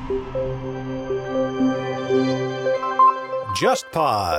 JustPod。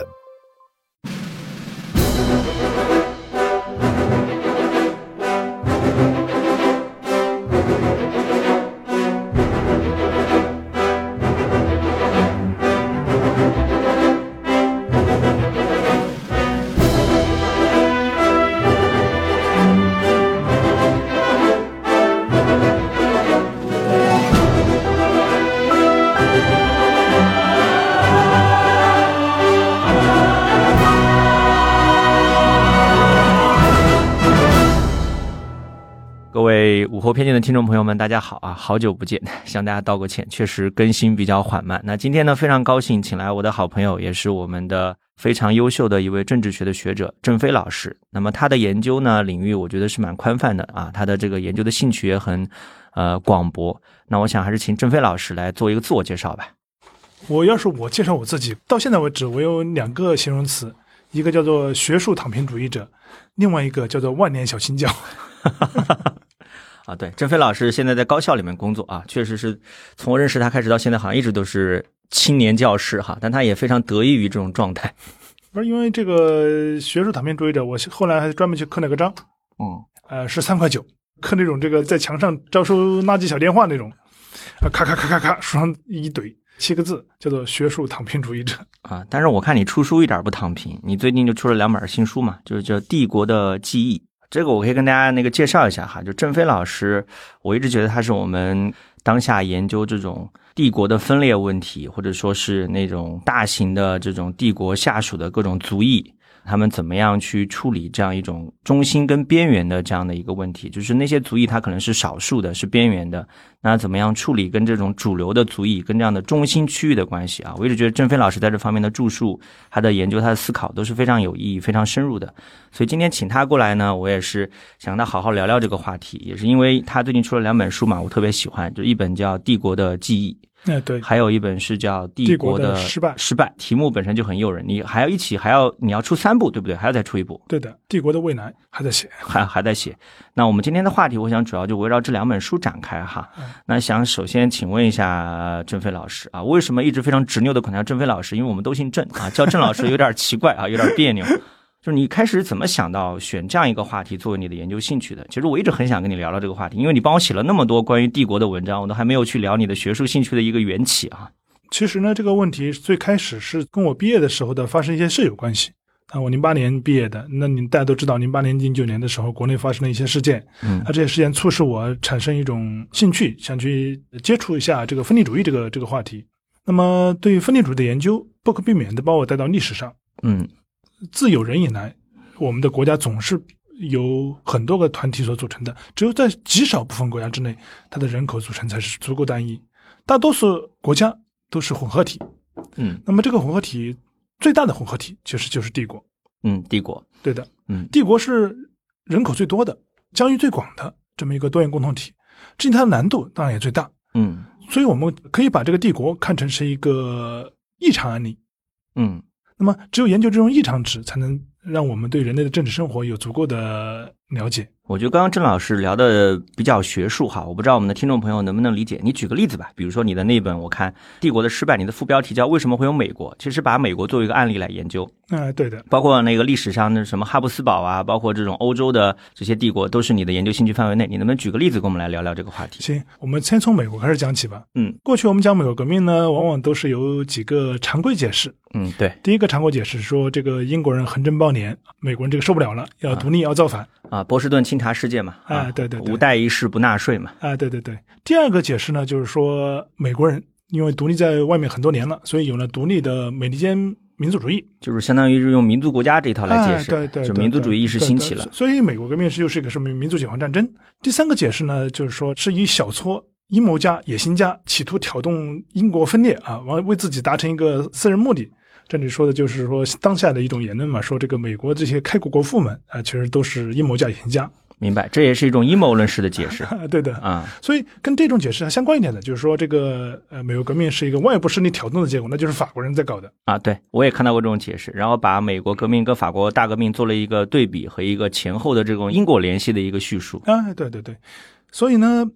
各位午后偏见的听众朋友们，大家好啊！好久不见，向大家道个歉，确实更新比较缓慢。那今天呢，非常高兴请来我的好朋友，也是我们的非常优秀的一位政治学的学者郑飞老师。那么他的研究呢领域，我觉得是蛮宽泛的啊，他的这个研究的兴趣也很广博。那我想还是请郑飞老师来做一个自我介绍吧。 要是我介绍我自己，到现在为止，我有2个形容词，一个叫做学术躺平主义者，另外一个叫做万年小青椒。 啊，对，郑飞老师现在在高校里面工作啊，确实是从我认识他开始到现在，好像一直都是青年教师哈，但他也非常得益于这种状态。 不是因为这个学术躺平主义者，我后来还专门去刻那个章，13.9块，刻那种这个在墙上招收垃圾小电话那种，咔咔咔咔咔，书上一怼7个字，叫做学术躺平主义者啊。但是我看你出书一点不躺平，你最近就出了2本新书嘛，就是叫《帝国的记忆》。这个我可以跟大家介绍一下哈，就郑飞老师，我一直觉得他是我们当下研究这种帝国的分裂问题，或者说是那种大型的这种帝国下属的各种族裔，他们怎么样去处理这样一种中心跟边缘的这样的一个问题，就是那些族裔它可能是少数的，是边缘的，那怎么样处理跟这种主流的族裔跟这样的中心区域的关系啊？我一直觉得郑飞老师在这方面的著述，他的研究，他的思考都是非常有意义非常深入的。所以今天请他过来呢，我也是想跟他好好聊聊这个话题，也是因为他最近出了2本书嘛，我特别喜欢，就一本叫《帝国的记忆》， 对， 还有一本是叫《帝国的失败》，题目本身就很诱人。你还要你要出3部，对不对？还要再出1部。 对的，《帝国的未来》还在写， 还在写。那我们今天的话题，我想主要就围绕这2本书展开哈。那想首先请问一下郑飞老师啊，为什么一直非常执拗的管他郑飞老师？因为我们都姓郑啊，叫郑老师有点奇怪啊，有点别扭。就是你开始怎么想到选这样一个话题作为你的研究兴趣的？其实我一直很想跟你聊聊这个话题，因为你帮我写了那么多关于帝国的文章，我都还没有去聊你的学术兴趣的一个缘起啊。 其实呢，这个问题最开始是跟我毕业的时候的发生一些事有关系啊。我08年毕业的，那你大家都知道08年09年的时候国内发生了一些事件，这些事件促使我产生一种兴趣，想去接触一下这个分离主义这个话题。那么对于分离主义的研究，不可避免的把我带到历史上。自有人以来，我们的国家总是由很多个团体所组成的，只有在极少部分国家之内，它的人口组成才是足够单一，大多数国家都是混合体。那么这个混合体最大的混合体就是帝国。 帝国， 对的。帝国是人口最多的、疆域最广的这么一个多元共同体，至于它的难度当然也最大。所以我们可以把这个帝国看成是一个异常案例。那么只有研究这种异常值，才能让我们对人类的政治生活有足够的了解。 我觉得刚刚郑老师聊的比较学术哈，我不知道我们的听众朋友能不能理解。你举个例子吧，比如说你的那本我看《帝国的失败》，你的副标题叫为什么会有美国，其实把美国作为一个案例来研究。 对的， 包括那个历史上的什么哈布斯堡啊，包括这种欧洲的这些帝国，都是你的研究兴趣范围内。你能不能举个例子跟我们来聊聊这个话题？ 行，我们先从美国开始讲起吧。过去我们讲美国革命呢，往往都是有几个常规解释。 对， 第一个常规解释说这个英国人横征暴敛，美国人这个受不了了，要独立，要造反啊，波士顿清查事件嘛， 对， 五代一世不纳税嘛， 对。第二个解释呢，就是说美国人因为独立在外面很多年了，所以有了独立的美利坚民族主义， 就是相当于是用民族国家这一套来解释， 对， 就民族主义意识兴起了， 所以美国革命又是一个什么民族解放战争。第三个解释呢，就是说是以小撮阴谋家、野心家企图挑动英国分裂啊，为自己达成一个私人目的。这里说的就是说当下的一种言论嘛，说这个美国这些开国国父们其实都是阴谋家、野心家。 明白，这也是一种阴谋论式的解释。 对的啊，所以跟这种解释相关一点的，就是说这个美国革命是一个外部势力挑动的结果，那就是法国人在搞的啊。对，我也看到过这种解释，然后把美国革命跟法国大革命做了一个对比和一个前后的这种因果联系的一个叙述。 对，所以呢，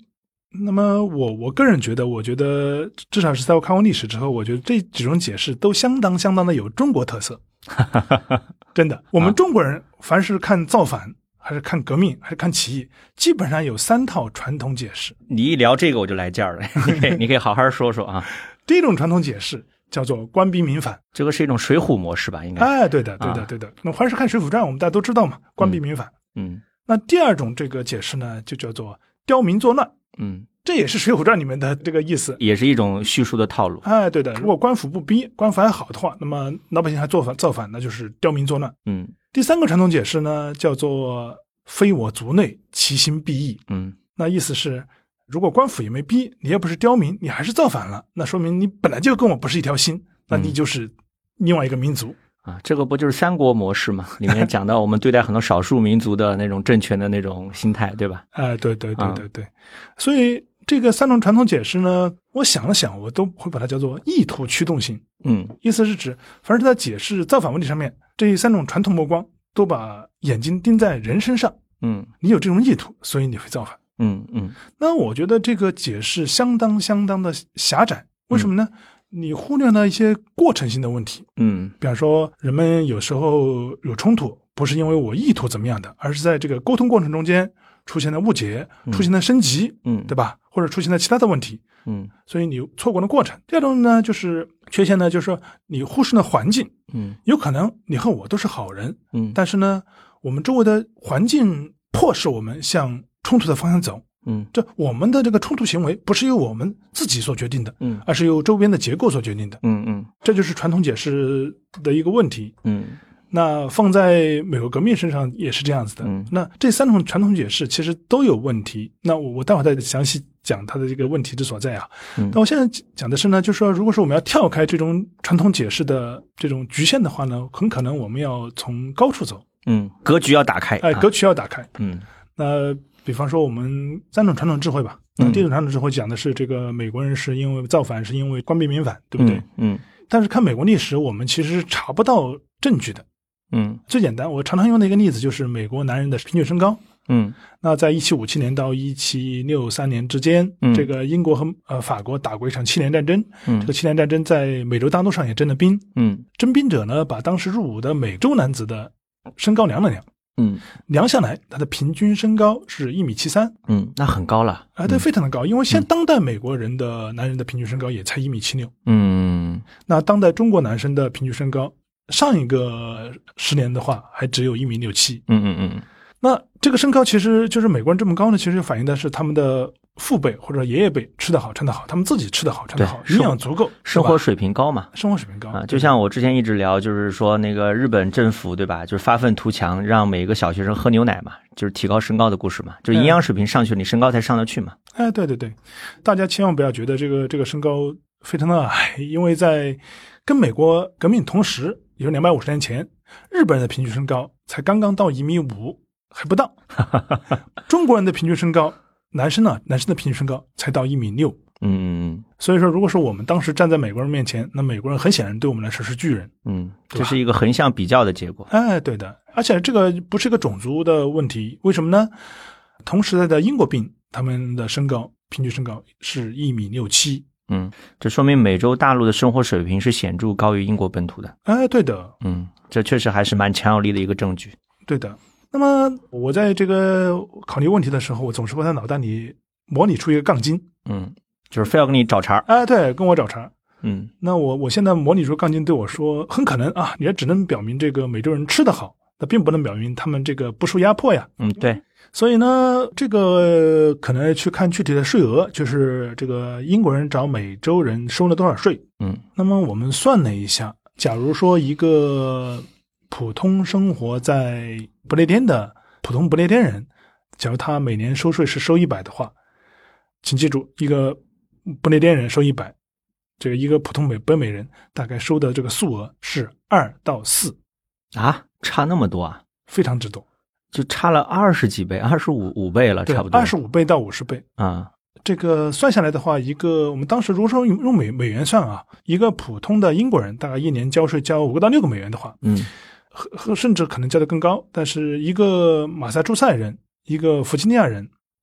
那么我个人觉得，我觉得至少是在我看过历史之后，我觉得这几种解释都相当的有中国特色。真的，我们中国人凡是看造反还是看革命还是看起义，基本上有3套传统解释。 你一聊这个我就来劲儿了，你可以好好说说啊。 这种传统解释叫做官逼民反， 这个是一种水浒模式吧？应该。 对的。那凡是看《水浒传》，我们大家都知道嘛，官逼民反。那第二种这个解释呢，就叫做刁民作乱。这也是《水浒传》里面的这个意思， 也是一种叙述的套路。 对的。如果官府不逼，官府还好的话，那么老百姓还造反，那就是刁民作乱。第3个传统解释呢，叫做非我族内，其心必异。那意思是，如果官府也没逼，你也不是刁民，你还是造反了，那说明你本来就跟我不是一条心，那你就是另外一个民族。 这个不就是三国模式吗？里面讲到我们对待很多少数民族的那种政权的那种心态，对吧？对。 所以这个3种传统解释呢，我想了想，我都会把它叫做意图驱动性。意思是指，凡是在解释造反问题上面，这3种传统目光都把眼睛盯在人身上。你有这种意图，所以你会造反。那我觉得这个解释相当的狭窄。为什么呢？你忽略了一些过程性的问题。比方说人们有时候有冲突，不是因为我意图怎么样的，而是在这个沟通过程中间出现了误解，出现了升级，对吧？或者出现了其他的问题。所以你错过了过程。第二种呢，就是缺陷呢，就是说你忽视了环境。有可能你和我都是好人，但是呢，我们周围的环境迫使我们向冲突的方向走。这我们的这个冲突行为不是由我们自己所决定的，而是由周边的结构所决定的。这就是传统解释的一个问题。那放在美国革命身上也是这样子的。那这3种传统解释其实都有问题。那我待会儿再详细讲它的这个问题之所在啊。那我现在讲的是呢，就是说，如果说我们要跳开这种传统解释的这种局限的话呢，很可能我们要从高处走。 格局要打开。 格局要打开。那比方说我们3种传统智慧吧。第一种传统智慧讲的是这个美国人是因为造反，是因为官逼民反，对不对？但是看美国历史，我们其实是查不到证据的。最简单，我常常用的一个例子就是美国男人的平均身高。那在1757年到1763年之间，这个英国和法国打过一场7年战争。这个7年战争在美洲大陆上也征了兵。征兵者呢，把当时入伍的美洲男子的身高量了量。量下来，他的平均身高是1.73米。 那很高了。 对，非常的高，因为当代美国人的男人的平均身高也才1.76米。那当代中国男生的平均身高，上一个10年的话，还只有1.67米。那这个身高其实就是美国人这么高呢，其实反映的是他们的父辈或者爷爷辈吃得好穿得好，他们自己吃得好穿得好，营养足够， 生活水平高嘛。 生活水平高就像我之前一直聊，就是说那个日本政府对吧，就是发愤图强，让每个小学生喝牛奶嘛，就是提高身高的故事嘛，就是营养水平上去，你身高才上得去嘛。 对，大家千万不要觉得这个身高非常的矮，因为在跟美国革命同时，也就250年前，日本人的平均身高才刚刚到1.5米还不到。中国人的平均身高，男生的平均身高才到1.6米。所以说，如果说我们当时站在美国人面前，那美国人很显然对我们来说是巨人。 这是一个横向比较的结果。 对的，而且这个不是一个种族的问题，为什么呢？同时代的英国兵，他们的平均身高是1.67米。 这说明美洲大陆的生活水平是显著高于英国本土的。 对的。 这确实还是蛮强有力的一个证据。 对的。那么我在这个考虑问题的时候，我总是会在脑袋里模拟出一个杠精。 就是非要跟你找茬。 对，跟我找茬。那我现在模拟出杠精对我说，很可能啊，你也只能表明这个美洲人吃得好，那并不能表明他们这个不受压迫呀。 对。 所以呢，这个可能去看具体的税额，就是这个英国人找美洲人收了多少税。那么我们算了一下，假如说一个普通生活在不列颠的普通不列颠人，假如他每年收税是收100的话，请记住，一个不列颠人收100，这个一个普通北美人大概收的这个数额是2到4。 差那么多啊？ 非常之多， 就差了20几倍，25倍了，差不多 25倍到50倍啊。 这个算下来的话，我们当时如果说用美元算啊，一个普通的英国人大概一年交税交5到6个美元的话，甚至可能交得更高。但是一个马萨诸塞人，一个弗吉尼亚人，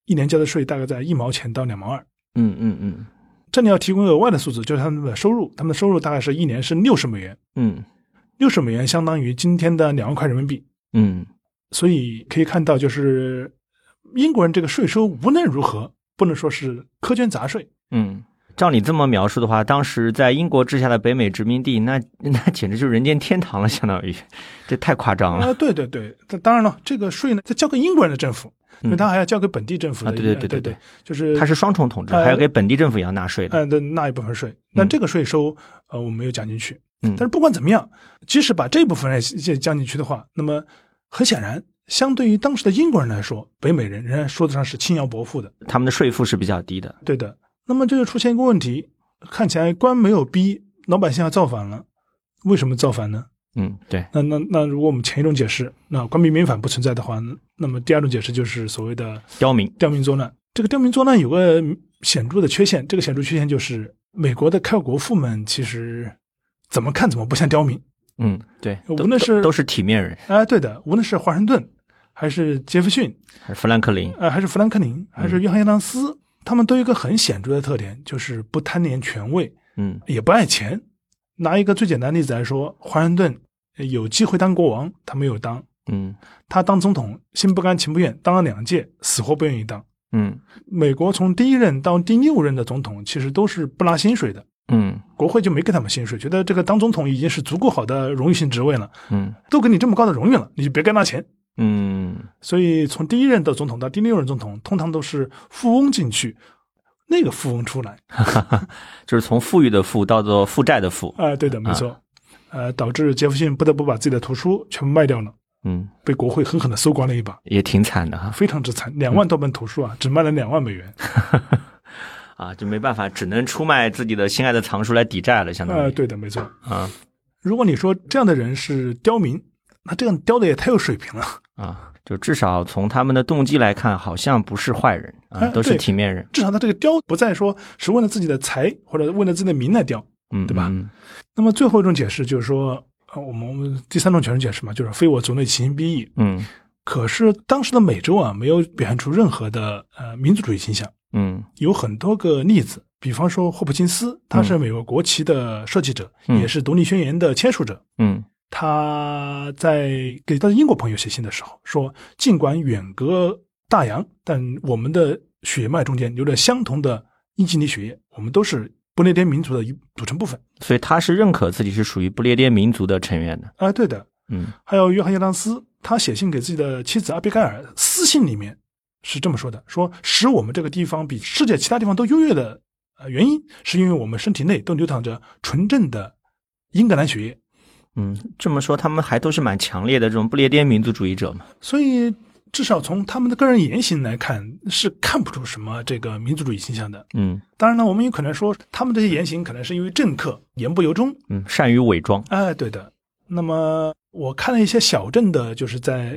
一年交的税大概在1毛钱到2毛2。这里要提供额外的数字，就是他们的收入，大概是一年是60美元。60美元相当于今天的2万块人民币。所以可以看到，就是英国人这个税收无论如何不能说是苛捐杂税。 照你这么描述的话，当时在英国治下的北美殖民地，那简直就是人间天堂了，相当于，这太夸张了。 对，当然了，这个税呢，再交给英国人的政府，因为他还要交给本地政府的。对，就是他是双重统治，还要给本地政府也要纳税的。 纳一部分税，但这个税收我们没有讲进去。但是不管怎么样，即使把这部分降进去的话，那么很显然，相对于当时的英国人来说，北美人仍然说得上是轻徭薄赋的，他们的税负是比较低的。 对的。那么这就出现一个问题，看起来官没有逼老百姓要造反了，为什么造反呢？ 对。 那如果我们前一种解释，那官逼民反不存在的话，那么第二种解释就是所谓的刁民作难。这个刁民作难有个显著的缺陷，这个显著缺陷就是美国的开国父们其实怎么看怎么不像刁民。 对， 无论是都是体面人。 对的，无论是华盛顿，还是杰弗逊， 还是富兰克林， 还是约翰亚当斯，他们都有一个很显著的特点，就是不贪恋权位，也不爱钱。拿一个最简单的例子来说，华盛顿有机会当国王，他没有当。他当总统，心不甘情不愿，当了2届，死活不愿意当。美国从第1任到第6任的总统，其实都是不拿薪水的。国会就没给他们薪水，觉得这个当总统已经是足够好的荣誉性职位了。都给你这么高的荣誉了，你就别该拿钱。所以从第1任的总统到第6任总统，通常都是富翁进去，那个富翁出来， 就是从富裕的富到做负债的富。 对的，没错。导致杰弗逊不得不把自己的图书全部卖掉了。被国会狠狠地搜刮了一把， 也挺惨的哈， 非常之惨。2万多本图书只卖了2万美元。 就没办法，只能出卖自己的心爱的藏书来抵债了，相当于。 对的，没错。如果你说这样的人是刁民，那这样刁的也太有水平了。 就至少从他们的动机来看，好像不是坏人都是体面人。 至少他这个刁不再说是为了自己的财或者为了自己的名来刁，对吧？那么最后一种解释就是说，我们第3种解释解释嘛，就是非我族内，其心必异。可是当时的美洲没有表现出任何的民族主义倾向。有很多个例子，比方说霍普金斯，他是美国国旗的设计者，也是独立宣言的签署者。他在给他的英国朋友写信的时候说，尽管远隔大洋，但我们的血脉中间有着相同的英吉利血液，我们都是不列颠民族的组成部分。 所以他是认可自己是属于不列颠民族的成员的。 对的。还有约翰亚当斯，他写信给自己的妻子阿比盖尔，私信里面是这么说的，说使我们这个地方比世界其他地方都优越的原因，是因为我们身体内都流淌着纯正的英格兰血液。 这么说他们还都是蛮强烈的这种不列颠民族主义者嘛。 所以至少从他们的个人言行来看，是看不出什么这个民族主义倾向的。当然呢，我们也可能说他们这些言行可能是因为政客言不由衷， 善于伪装。 对的。那么我看了一些小镇的，就是在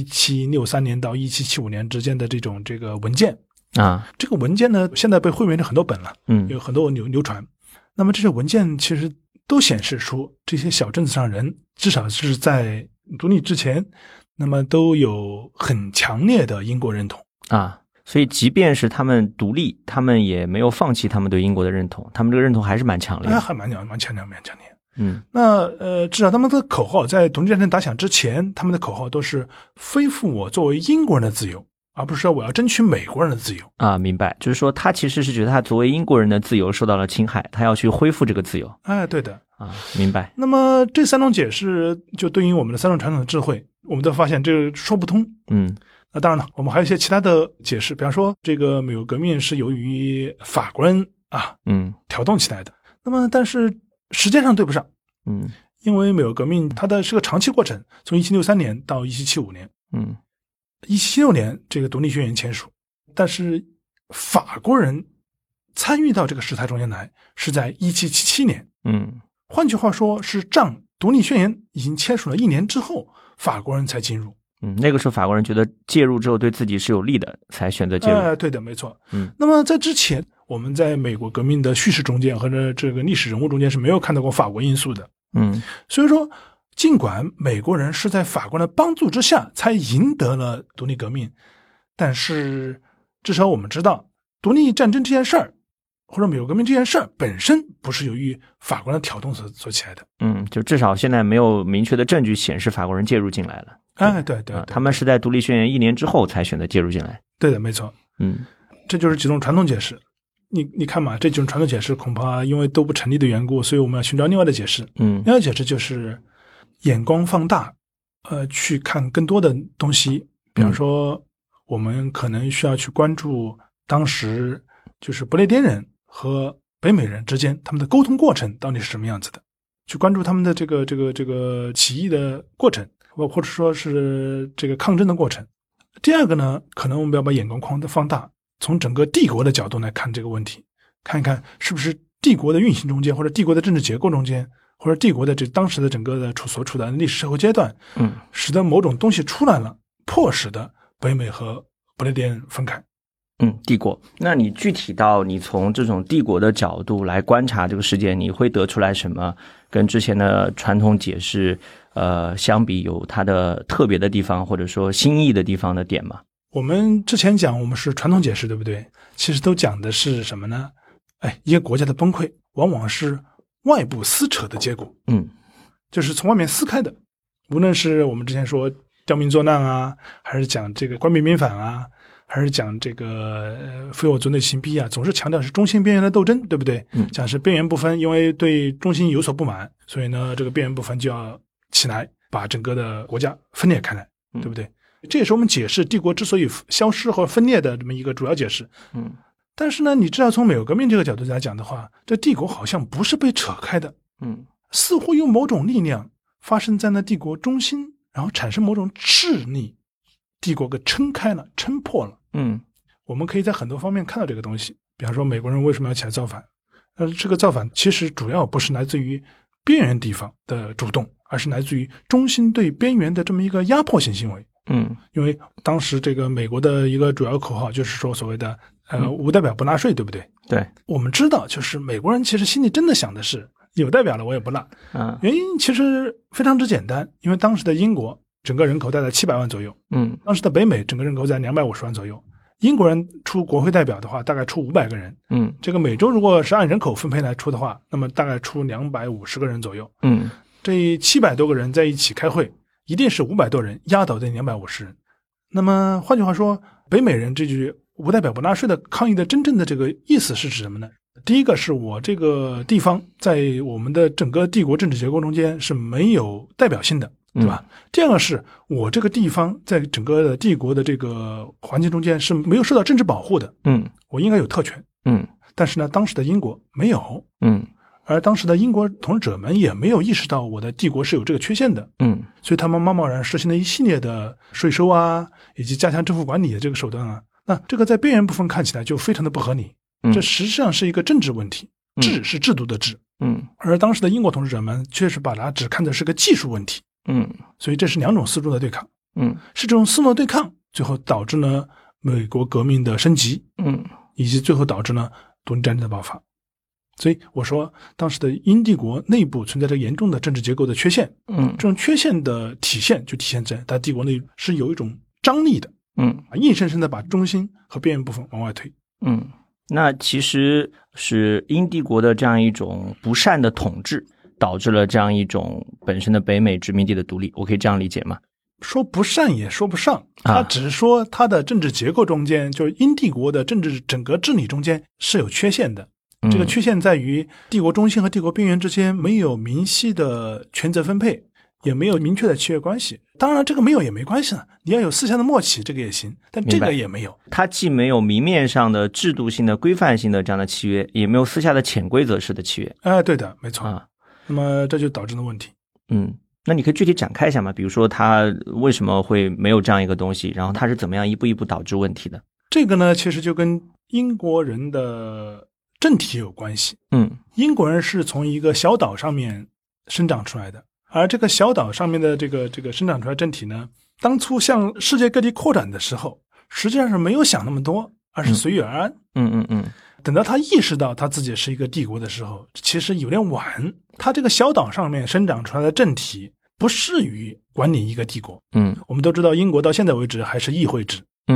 1763年到1775年之间的这个文件这个文件呢，现在被汇编成很多本了，有很多流传。那么这些文件其实都显示出这些小镇子上人至少是在独立之前，那么都有很强烈的英国认同所以即便是他们独立，他们也没有放弃他们对英国的认同，他们这个认同还是蛮强烈的。 还蛮强烈。那至少他们的口号在独立战争打响之前，他们的口号都是恢复我作为英国人的自由，而不是说我要争取美国人的自由。 明白，就是说他其实是觉得他作为英国人的自由受到了侵害，他要去恢复这个自由。 对的。 明白。 那么这3种解释就对应我们的3种传统的智慧，我们都发现这个说不通。那当然了，我们还有一些其他的解释，比方说这个美国革命是由于法国人挑动起来的。那么但是时间上对不上。因为美国革命它是个长期过程，从1763年到1775年。1776年这个独立宣言签署，但是法国人参与到这个事态中间来是在1777年。换句话说，是独立宣言已经签署了1年之后，法国人才进入。 那个时候法国人觉得介入之后对自己是有利的，才选择介入。 对的，没错。那么在之前，我们在美国革命的叙事中间和这个历史人物中间是没有看到过法国因素的。所以说尽管美国人是在法国人的帮助之下才赢得了独立革命，但是至少我们知道独立战争这件事儿或者美国革命这件事儿本身不是由于法国人的挑动所起来的。 就至少现在没有明确的证据显示法国人介入进来了。 对， 他们是在独立宣言1年之后才选择介入进来。 对的，没错。这就是几种传统解释。你看嘛，这几种传统解释恐怕因为都不成立的缘故，所以我们要寻找另外的解释。另外的解释就是眼光放大，去看更多的东西。比方说，我们可能需要去关注当时就是不列颠人和北美人之间他们的沟通过程到底是什么样子的，去关注他们的这个起义的过程，或者说是这个抗争的过程。第二个呢，可能我们要把眼光放大，从整个帝国的角度来看这个问题，看一看是不是帝国的运行中间，或者帝国的政治结构中间，或者帝国的当时的整个的所处的历史社会阶段，使得某种东西出来了，迫使的北美和不列颠分开。 帝国。那你具体到你从这种帝国的角度来观察这个事件，你会得出来什么跟之前的传统解释相比有它的特别的地方，或者说新意的地方的点吗？ 我们之前讲我们是传统解释，对不对？其实都讲的是什么呢？一个国家的崩溃往往是外部撕扯的结果。就是从外面撕开的。无论是我们之前说刁民作难啊，还是讲这个官逼民反啊，还是讲这个非我族内行逼啊，总是强调是中心边缘的斗争，对不对？讲是边缘部分因为对中心有所不满，所以呢这个边缘部分就要起来把整个的国家分裂开来，对不对？这也是我们解释帝国之所以消失和分裂的这么一个主要解释。但是呢，你知道从美国革命这个角度来讲的话，这帝国好像不是被扯开的。似乎有某种力量发生在那帝国中心，然后产生某种斥力，帝国给撑开了，撑破了。我们可以在很多方面看到这个东西。比方说美国人为什么要起来造反，这个造反其实主要不是来自于边缘地方的主动，而是来自于中心对边缘的这么一个压迫性行为。因为当时这个美国的一个主要口号就是说所谓的无代表不纳税，对不对？ 对， 我们知道就是美国人其实心里真的想的是有代表了我也不纳。原因其实非常之简单，因为当时的英国整个人口大概700万左右，当时的北美整个人口在250万左右，英国人出国会代表的话大概出500个人，这个美洲如果是按人口分配来出的话，那么大概出250个人左右，这700多个人在一起开会，一定是500多人压倒这250人。那么换句话说，北美人这句无代表不纳税的抗议的真正的这个意思是指什么呢？第一个是我这个地方在我们的整个帝国政治结构中间是没有代表性的，对吧？第二个是我这个地方在整个的帝国的这个环境中间是没有受到政治保护的，我应该有特权，但是呢，当时的英国没有，而当时的英国统治者们也没有意识到我的帝国是有这个缺陷的，所以他们贸贸然实行了一系列的税收啊，以及加强政府管理的这个手段啊，那这个在边缘部分看起来就非常的不合理，这实际上是一个政治问题，治是制度的治，而当时的英国统治者们确实把它只看的是个技术问题，所以这是两种思路的对抗，是这种思路的对抗，最后导致呢美国革命的升级，以及最后导致呢独立战争的爆发。所以我说当时的英帝国内部存在着严重的政治结构的缺陷，这种缺陷的体现就体现在它帝国内是有一种张力的，硬生生的把中心和边缘部分往外推。 那其实是英帝国的这样一种不善的统治导致了这样一种本身的北美殖民地的独立，我可以这样理解吗？ 说不善也说不上，他只是说他的政治结构中间，就是英帝国的政治整个治理中间是有缺陷的。这个缺陷在于帝国中心和帝国边缘之间没有明晰的权责分配，也没有明确的契约关系。当然这个没有也没关系了，你要有私下的默契这个也行，但这个也没有。 它既没有明面上的制度性的规范性的这样的契约，也没有私下的潜规则式的契约。 对的，没错。那么这就导致了问题。 那你可以具体展开一下吗？比如说它为什么会没有这样一个东西，然后它是怎么样一步一步导致问题的？ 这个呢其实就跟英国人的政体有关系。英国人是从一个小岛上面生长出来的，而这个小岛上面的这个生长出来政体呢，当初向世界各地扩展的时候，实际上是没有想那么多，而是随遇而安。等到他意识到他自己是一个帝国的时候，其实有点晚。他这个小岛上面生长出来的政体不适于管理一个帝国。我们都知道英国到现在为止还是议会制。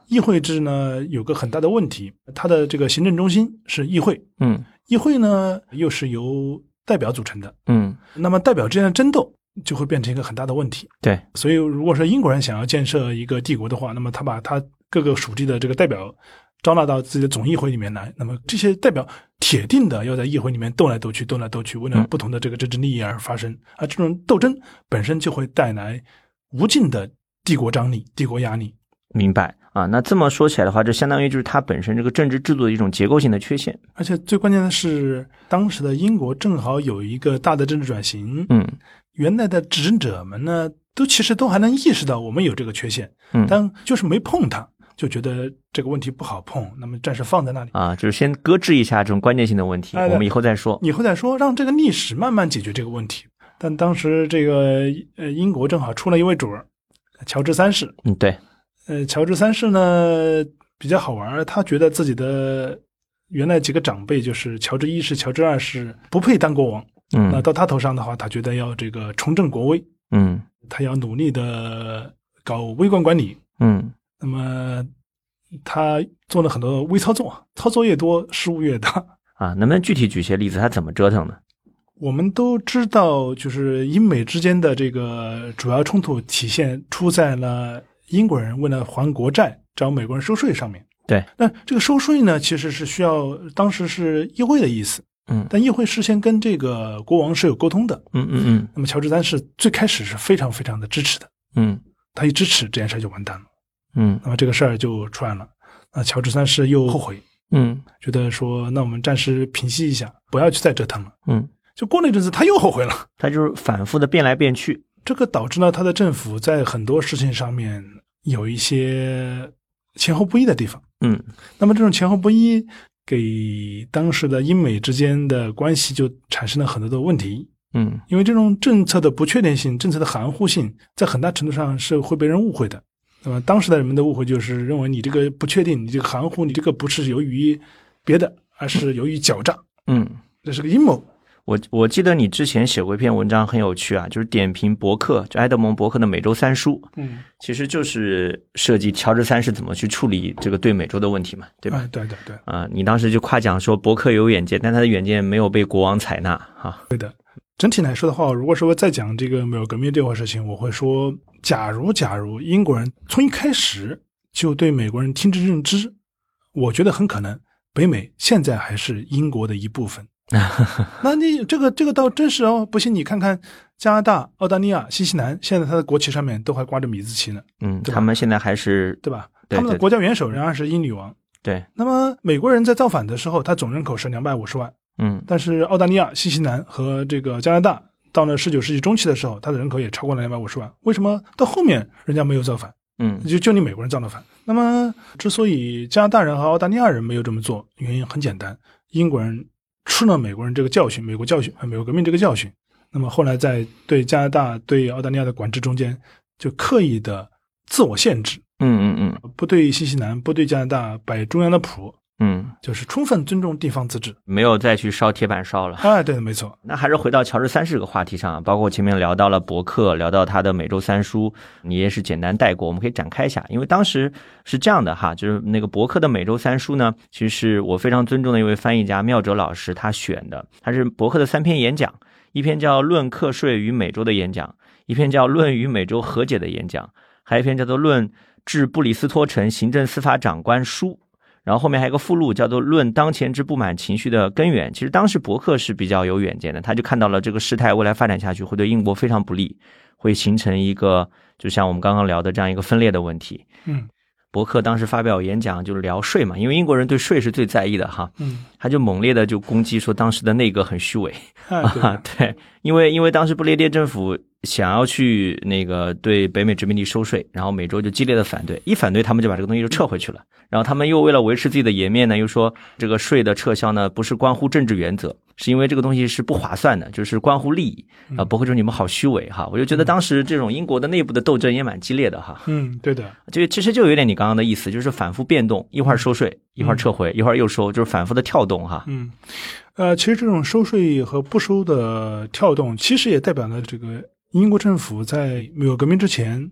议会制呢有个很大的问题，它的这个行政中心是议会，议会呢又是由代表组成的，那么代表之间的争斗就会变成一个很大的问题。 对， 所以如果说英国人想要建设一个帝国的话，那么他把他各个属地的这个代表招纳到自己的总议会里面来，那么这些代表铁定的要在议会里面斗来斗去，为了不同的这个政治利益而发生，而这种斗争本身就会带来无尽的帝国张力、帝国压力。 明白啊？那这么说起来的话，这相当于就是它本身这个政治制度的一种结构性的缺陷。 而且最关键的是，当时的英国正好有一个大的政治转型，原来的执政者们呢，其实都还能意识到我们有这个缺陷，但就是没碰它，就觉得这个问题不好碰，那么暂时放在那里啊，就是先搁置一下这种关键性的问题，我们以后再说， 让这个历史慢慢解决这个问题。但当时这个英国正好出了一位主儿，乔治三世。 对。 乔治三世呢比较好玩，他觉得自己的原来几个长辈就是乔治一世、乔治二世不配当国王，那到他头上的话，他觉得要这个重振国威，他要努力的搞微观管理，那么他做了很多微操作，操作越多失误越大啊。能不能具体举些例子，他怎么折腾呢？ 我们都知道，就是英美之间的这个主要冲突体现出在了英国人为了还国债找美国人收税上面。 对， 那这个收税呢，其实是需要当时是议会的意思，但议会事先跟这个国王是有沟通的，那么乔治三世最开始是非常非常的支持的，他一支持这件事就完蛋了，那么这个事儿就出来了，那乔治三世又后悔，觉得说那我们暂时平息一下，不要去再折腾了，就过了一阵子他又后悔了， 他就是反复的变来变去。 这个导致呢，他的政府在很多事情上面有一些前后不一的地方。那么这种前后不一，给当时的英美之间的关系就产生了很多的问题。因为这种政策的不确定性、政策的含糊性，在很大程度上是会被人误会的。那么当时的人们的误会就是认为你这个不确定、你这个含糊、你这个不是由于别的，而是由于狡诈。这是个阴谋。 我记得你之前写过一篇文章很有趣啊，就是点评伯克，就埃德蒙·伯克的《美洲三书》，其实就是涉及乔治三世怎么去处理这个对美洲的问题嘛，对吧？ 对啊，你当时就夸奖说伯克有远见，但他的远见没有被国王采纳哈。 对的，整体来说的话，如果说再讲这个美国革命这块事情，我会说，假如英国人从一开始就对美国人听之任之，我觉得很可能北美现在还是英国的一部分。那你这个倒真是哦，不信你看看加拿大、澳大利亚、新西兰，现在它的国旗上面都还挂着米字旗呢。 他们现在还是对吧？他们的国家元首仍然是英女王。 对。 那么美国人在造反的时候，他总人口是250万。但是澳大利亚、新西兰和这个加拿大到了19世纪中期的时候，它的人口也超过了250万。为什么到后面人家没有造反？就你美国人造了反。那么之所以加拿大人和澳大利亚人没有这么做，原因很简单，英国人吃了美国人这个教训，美国革命这个教训，那么后来在对加拿大、对澳大利亚的管制中间，就刻意的自我限制，不对新西兰、不对加拿大摆中央的谱，就是充分尊重地方自治， 没有再去烧铁板烧了。 对的，没错。 那还是回到乔治三世这个话题上，包括前面聊到了伯克，聊到他的美洲三书，你也是简单带过，我们可以展开一下。因为当时是这样的哈，就是那个伯克的美洲三书呢，其实是我非常尊重的一位翻译家妙哲老师他选的，他是伯克的3篇演讲，一篇叫《论课税与美洲的演讲》，一篇叫《论与美洲和解的演讲》，还有一篇叫做《论致布里斯托城行政司法长官书》。然后后面还有一个附录叫做《论当前之不满情绪的根源》。其实当时伯克是比较有远见的，他就看到了这个事态未来发展下去会对英国非常不利，会形成一个就像我们刚刚聊的这样一个分裂的问题。伯克当时发表演讲就是聊税嘛，因为英国人对税是最在意的哈。他就猛烈的就攻击说当时的内阁很虚伪。对，因为当时不列颠政府想要去那个对北美殖民地收税，然后美洲就激烈的反对，一反对他们就把这个东西就撤回去了。然后他们又为了维持自己的颜面呢，又说这个税的撤销呢不是关乎政治原则，是因为这个东西是不划算的，就是关乎利益。伯克说你们好虚伪哈，我就觉得当时这种英国的内部的斗争也蛮激烈的哈。 对的， 就其实就有点你刚刚的意思，就是反复变动，一会儿收税，一会儿撤回，一会儿又收，就是反复的跳动哈。 其实这种收税和不收的跳动，其实也代表了这个英国政府在美国革命之前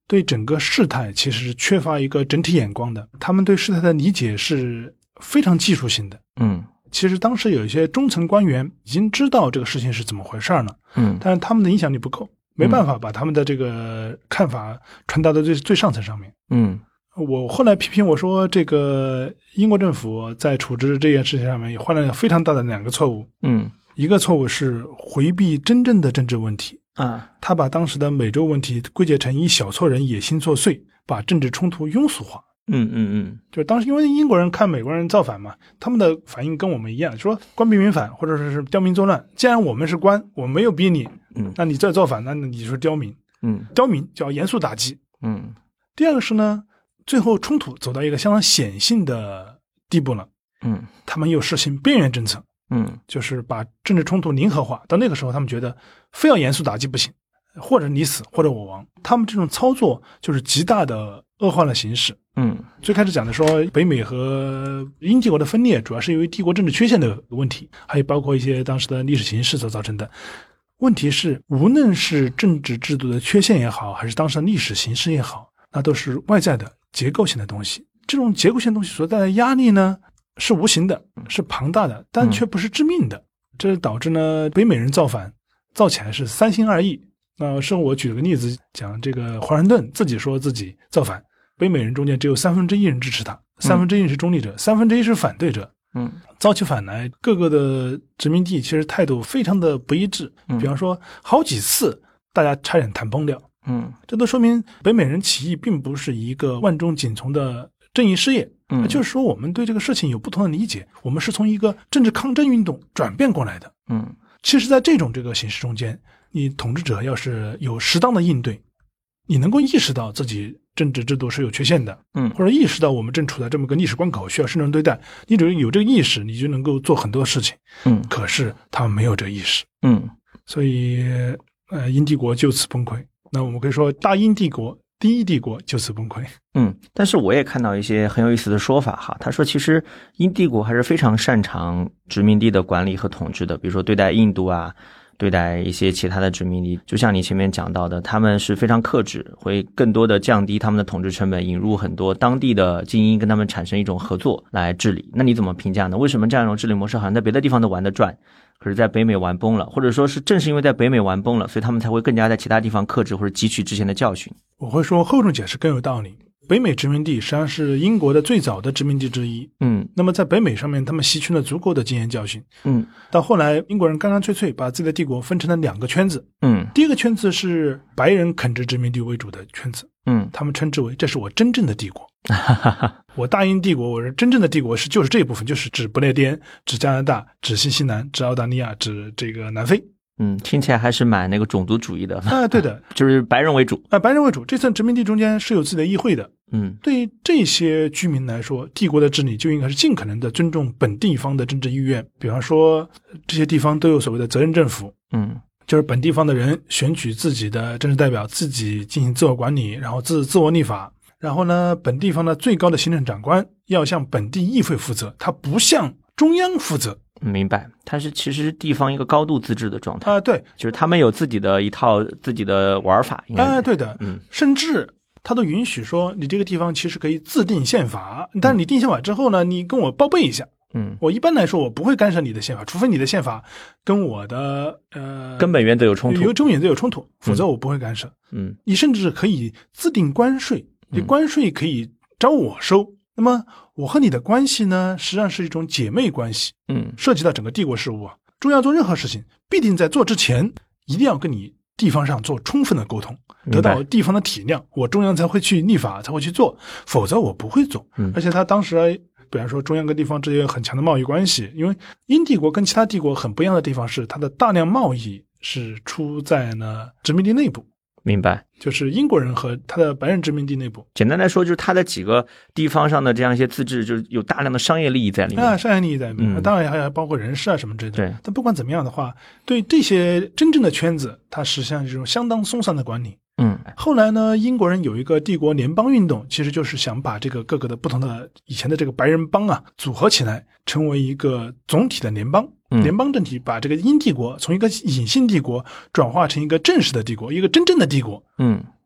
对整个事态其实是缺乏一个整体眼光的，他们对事态的理解是非常技术性的。其实当时有一些中层官员已经知道这个事情是怎么回事了，但是他们的影响力不够，没办法把他们的这个看法传达到最上层上面。我后来批评我说，这个英国政府在处置这件事情上面也犯了非常大的2个错误。一个错误是回避真正的政治问题他把当时的美洲问题归结成一小撮人野心作祟，把政治冲突庸俗化。就是当时因为英国人看美国人造反嘛，他们的反应跟我们一样，说官逼民反或者是刁民作乱，既然我们是官，我们没有逼你，那你再造反，那你就是刁民。刁民就要严肃打击。第二个是呢，最后冲突走到一个相当显性的地步了。他们又实行边缘政策。就是把政治冲突零和化，到那个时候他们觉得非要严肃打击不行，或者你死或者我亡。他们这种操作就是极大的恶化了形势。最开始讲的说北美和英帝国的分裂主要是由于帝国政治缺陷的问题，还有包括一些当时的历史形势所造成的。问题是无论是政治制度的缺陷也好，还是当时的历史形势也好，那都是外在的结构性的东西。这种结构性的东西所带来的压力呢，是无形的，是庞大的，但却不是致命的。这导致呢，北美人造反造起来是3心2意。是我举了个例子讲，这个华盛顿自己说自己造反，北美人中间只有1/3人支持他，1/3人是中立者，1/3是反对者。造起反来，各个的殖民地其实态度非常的不一致。比方说好几次大家差点谈崩掉。这都说明北美人起义并不是一个万众景从的正义事业。就是说我们对这个事情有不同的理解，我们是从一个政治抗争运动转变过来的。其实在这个形势中间，你统治者要是有适当的应对，你能够意识到自己政治制度是有缺陷的，或者意识到我们正处在这么个历史关口，需要慎重对待，你只要有这个意识，你就能够做很多事情。可是他们没有这个意识。所以英帝国就此崩溃。那我们可以说大英帝国第一帝国就此崩溃。 但是我也看到一些很有意思的说法哈。他说其实英帝国还是非常擅长殖民地的管理和统治的，比如说对待印度啊，对待一些其他的殖民地，就像你前面讲到的，他们是非常克制，会更多的降低他们的统治成本，引入很多当地的精英跟他们产生一种合作来治理。那你怎么评价呢？为什么这样一种治理模式好像在别的地方都玩得转，可是在北美玩崩了，或者说是正是因为在北美玩崩了，所以他们才会更加在其他地方克制或者汲取之前的教训？ 我会说后种解释更有道理。北美殖民地实际上是英国的最早的殖民地之一。那么在北美上面他们吸取了足够的经验教训。到后来英国人干干脆脆把自己的帝国分成了2个圈子。第一个圈子是白人垦殖殖民地为主的圈子。他们称之为这是我真正的帝国。我大英帝国，我是真正的帝国就是这一部分，就是指不列颠，指加拿大，指新西兰，指澳大利亚，指这个南非。 听起来还是蛮那个种族主义的。 对的， 就是白人为主。 白人为主。这层殖民地中间是有自己的议会的。对于这些居民来说，帝国的治理就应该是尽可能的尊重本地方的政治意愿。比方说这些地方都有所谓的责任政府。就是本地方的人选举自己的政治代表，自己进行自我管理，然后自我立法。然后呢，本地方的最高的行政长官要向本地议会负责，他不向中央负责。 明白，它是其实是地方一个高度自治的状态。 对， 就是他们有自己的一套自己的玩法。 对的。甚至他都允许说你这个地方其实可以自定宪法，但是你定宪法之后呢，你跟我报备一下。我一般来说我不会干涉你的宪法，除非你的宪法跟我的根本原则有冲突， 否则我不会干涉。你甚至可以自定关税，你关税可以找我收。那么我和你的关系呢，实际上是一种姐妹关系。涉及到整个帝国事务啊，中央做任何事情必定在做之前一定要跟你地方上做充分的沟通，得到地方的体谅，我中央才会去立法，才会去做，否则我不会做。而且他当时比方说中央跟地方之间有很强的贸易关系，因为英帝国跟其他帝国很不一样的地方是它的大量贸易是出在呢殖民地内部。 明白， 就是英国人和他的白人殖民地内部。 简单来说，就是他的几个地方上的这样一些自治，就是有大量的商业利益在里面。 商业利益在里面，当然还包括人事啊什么之类的。对，但不管怎么样的话，对这些真正的圈子，它实际上是一种相当松散的管理。后来呢，英国人有一个帝国联邦运动，其实就是想把这个各个的不同的以前的这个白人邦啊组合起来，成为一个总体的联邦。联邦政体把这个英帝国从一个隐性帝国转化成一个正式的帝国，一个真正的帝国。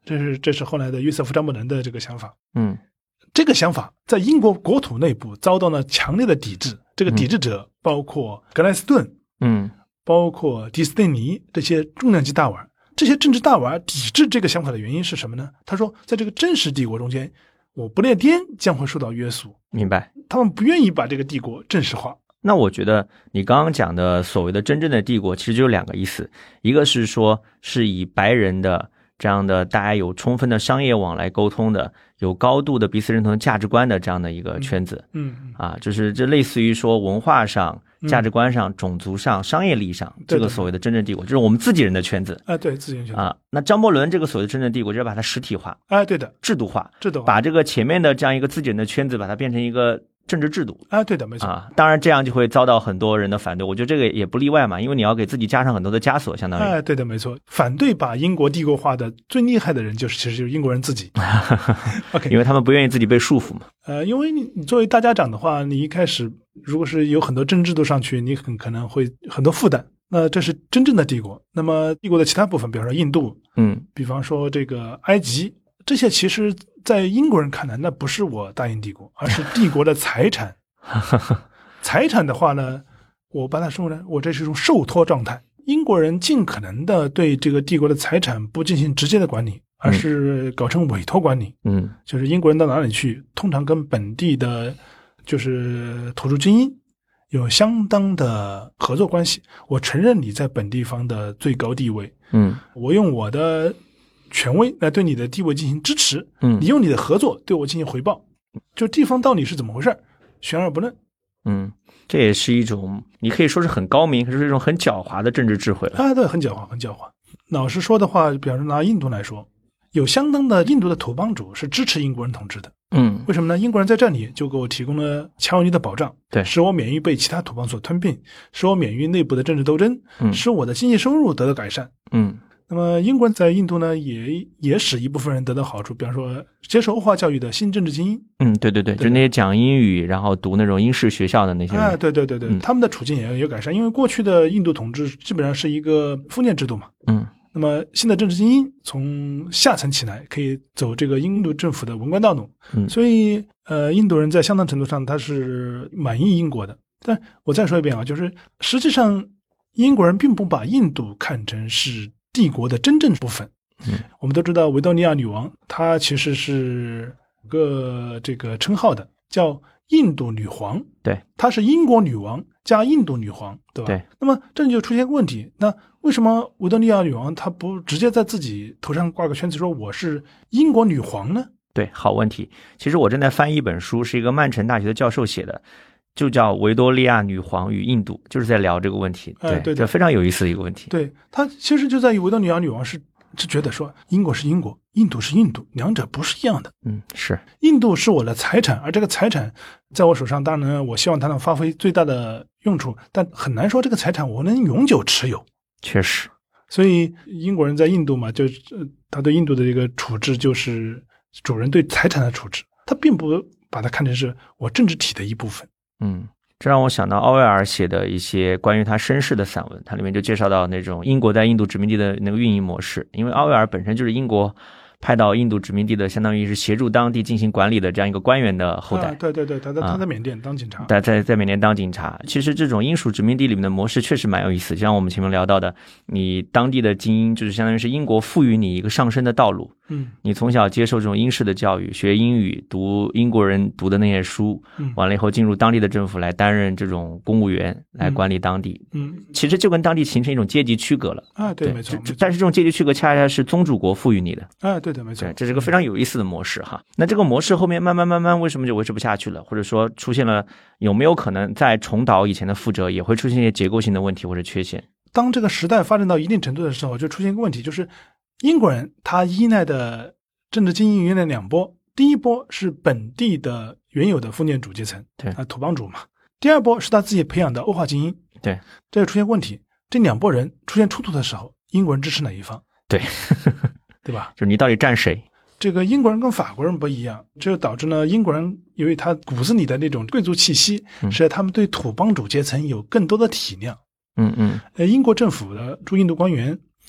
这是后来的约瑟夫·张伯伦的这个想法。 这个想法在英国国土内部遭到了强烈的抵制。这个抵制者包括格莱斯顿，包括迪斯蒂尼这些重量级大腕。这些政治大腕抵制这个想法的原因是什么呢？他说，在这个真实帝国中间，我不列颠将会受到约束。 明白。 他们不愿意把这个帝国正式化。 那我觉得你刚刚讲的所谓的真正的帝国，其实就有两个意思，一个是说是以白人的这样的大家有充分的商业往来沟通的，有高度的彼此认同价值观的这样的一个圈子。就是这类似于说文化上、价值观上、种族上、商业利益上，这个所谓的真正帝国，就是我们自己人的圈子。 对，自己人圈子。 那张伯伦这个所谓的真正帝国，就是把它实体化。 对的， 制度化， 把这个前面的这样一个自己人的圈子，把它变成一个政治制度。 对的，没错。 当然这样就会遭到很多人的反对，我觉得这个也不例外嘛，因为你要给自己加上很多的枷锁，相当于。 对的，没错。反对把英国帝国化的最厉害的人，其实就是英国人自己。OK， 因为他们不愿意自己被束缚嘛。 因为你作为大家长的话，你一开始如果是有很多政治制度上去，你很可能会很多负担。那这是真正的帝国。那么帝国的其他部分，比方说印度，比方说这个埃及，这些其实在英国人看来，那不是我大英帝国，而是帝国的财产。财产的话呢，我把它说呢，我这是一种受托状态。英国人尽可能的对这个帝国的财产不进行直接的管理，而是搞成委托管理。就是英国人到哪里去，通常跟本地的就是土著精英有相当的合作关系。我承认你在本地方的最高地位，我用我的权威来对你的地位进行支持，你用你的合作对我进行回报。就地方到底是怎么回事，悬而不论。 这也是一种你可以说是很高明，可是一种很狡猾的政治智慧了。 对，很狡猾，很狡猾。老实说的话，比方说拿印度来说，有相当的印度的土邦主是支持英国人统治的。为什么呢？英国人在这里就给我提供了强有力的保障， 对， 使我免于被其他土邦所吞并，使我免于内部的政治斗争，使我的经济收入得到改善。那么英国人在印度呢，也使一部分人得到好处，比方说接受欧化教育的新政治精英。 对，就那些讲英语然后读那种英式学校的那些人。 对，他们的处境也有改善，因为过去的印度统治基本上是一个封建制度嘛。那么新的政治精英从下层起来，可以走这个印度政府的文官道路。所以印度人在相当程度上他是满意英国的。但我再说一遍啊，就是实际上英国人并不把印度看成是帝国的真正部分。我们都知道维多利亚女王她其实是个这个称号的，叫印度女皇。 对， 她是英国女王加印度女皇，对吧？ 对。 那么这里就出现个问题，那为什么维多利亚女王她不直接在自己头上挂个圈子说我是英国女皇呢？ 对，好问题。其实我正在翻译一本书，是一个曼城大学的教授写的，就叫维多利亚女皇与印度，就是在聊这个问题。对，这非常有意思的一个问题。 对，他其实就在于维多利亚女王是觉得说英国是英国，印度是印度，两者不是一样的。 是。 印度是我的财产，而这个财产在我手上，当然我希望它能发挥最大的用处，但很难说这个财产我能永久持有。 确实。 所以英国人在印度嘛，就他对印度的这个处置就是主人对财产的处置，他并不把它看成是我政治体的一部分。 这让我想到奥威尔写的一些关于他身世的散文，它里面就介绍到那种英国在印度殖民地的那个运营模式。因为奥威尔本身就是英国派到印度殖民地的，相当于是协助当地进行管理的这样一个官员的后代。 对，他在缅甸当警察。 在缅甸当警察。其实这种英属殖民地里面的模式确实蛮有意思，就像我们前面聊到的，你当地的精英就是相当于是英国赋予你一个上升的道路。你从小接受这种英式的教育，学英语，读英国人读的那些书，完了以后进入当地的政府来担任这种公务员，来管理当地。其实就跟当地形成一种阶级区隔了。 对，没错。 但是这种阶级区隔恰恰是宗主国赋予你的。 对的，没错。 这是个非常有意思的模式哈。那这个模式后面慢慢为什么就维持不下去了？或者说出现了，有没有可能在重蹈以前的覆辙，也会出现一些结构性的问题或者缺陷？ 当这个时代发展到一定程度的时候，就出现一个问题，就是英国人他依赖的政治精英有两波。第一波是本地的原有的封建主阶层， 对土邦主嘛。第二波是他自己培养的欧化精英。 对， 这就出现问题。这两拨人出现冲突的时候，英国人支持哪一方？ 对， 对吧？ 就是你到底站谁？ 这个英国人跟法国人不一样，这就导致呢，英国人由于他骨子里的那种贵族气息，使得他们对土邦主阶层有更多的体谅。英国政府的驻印度官员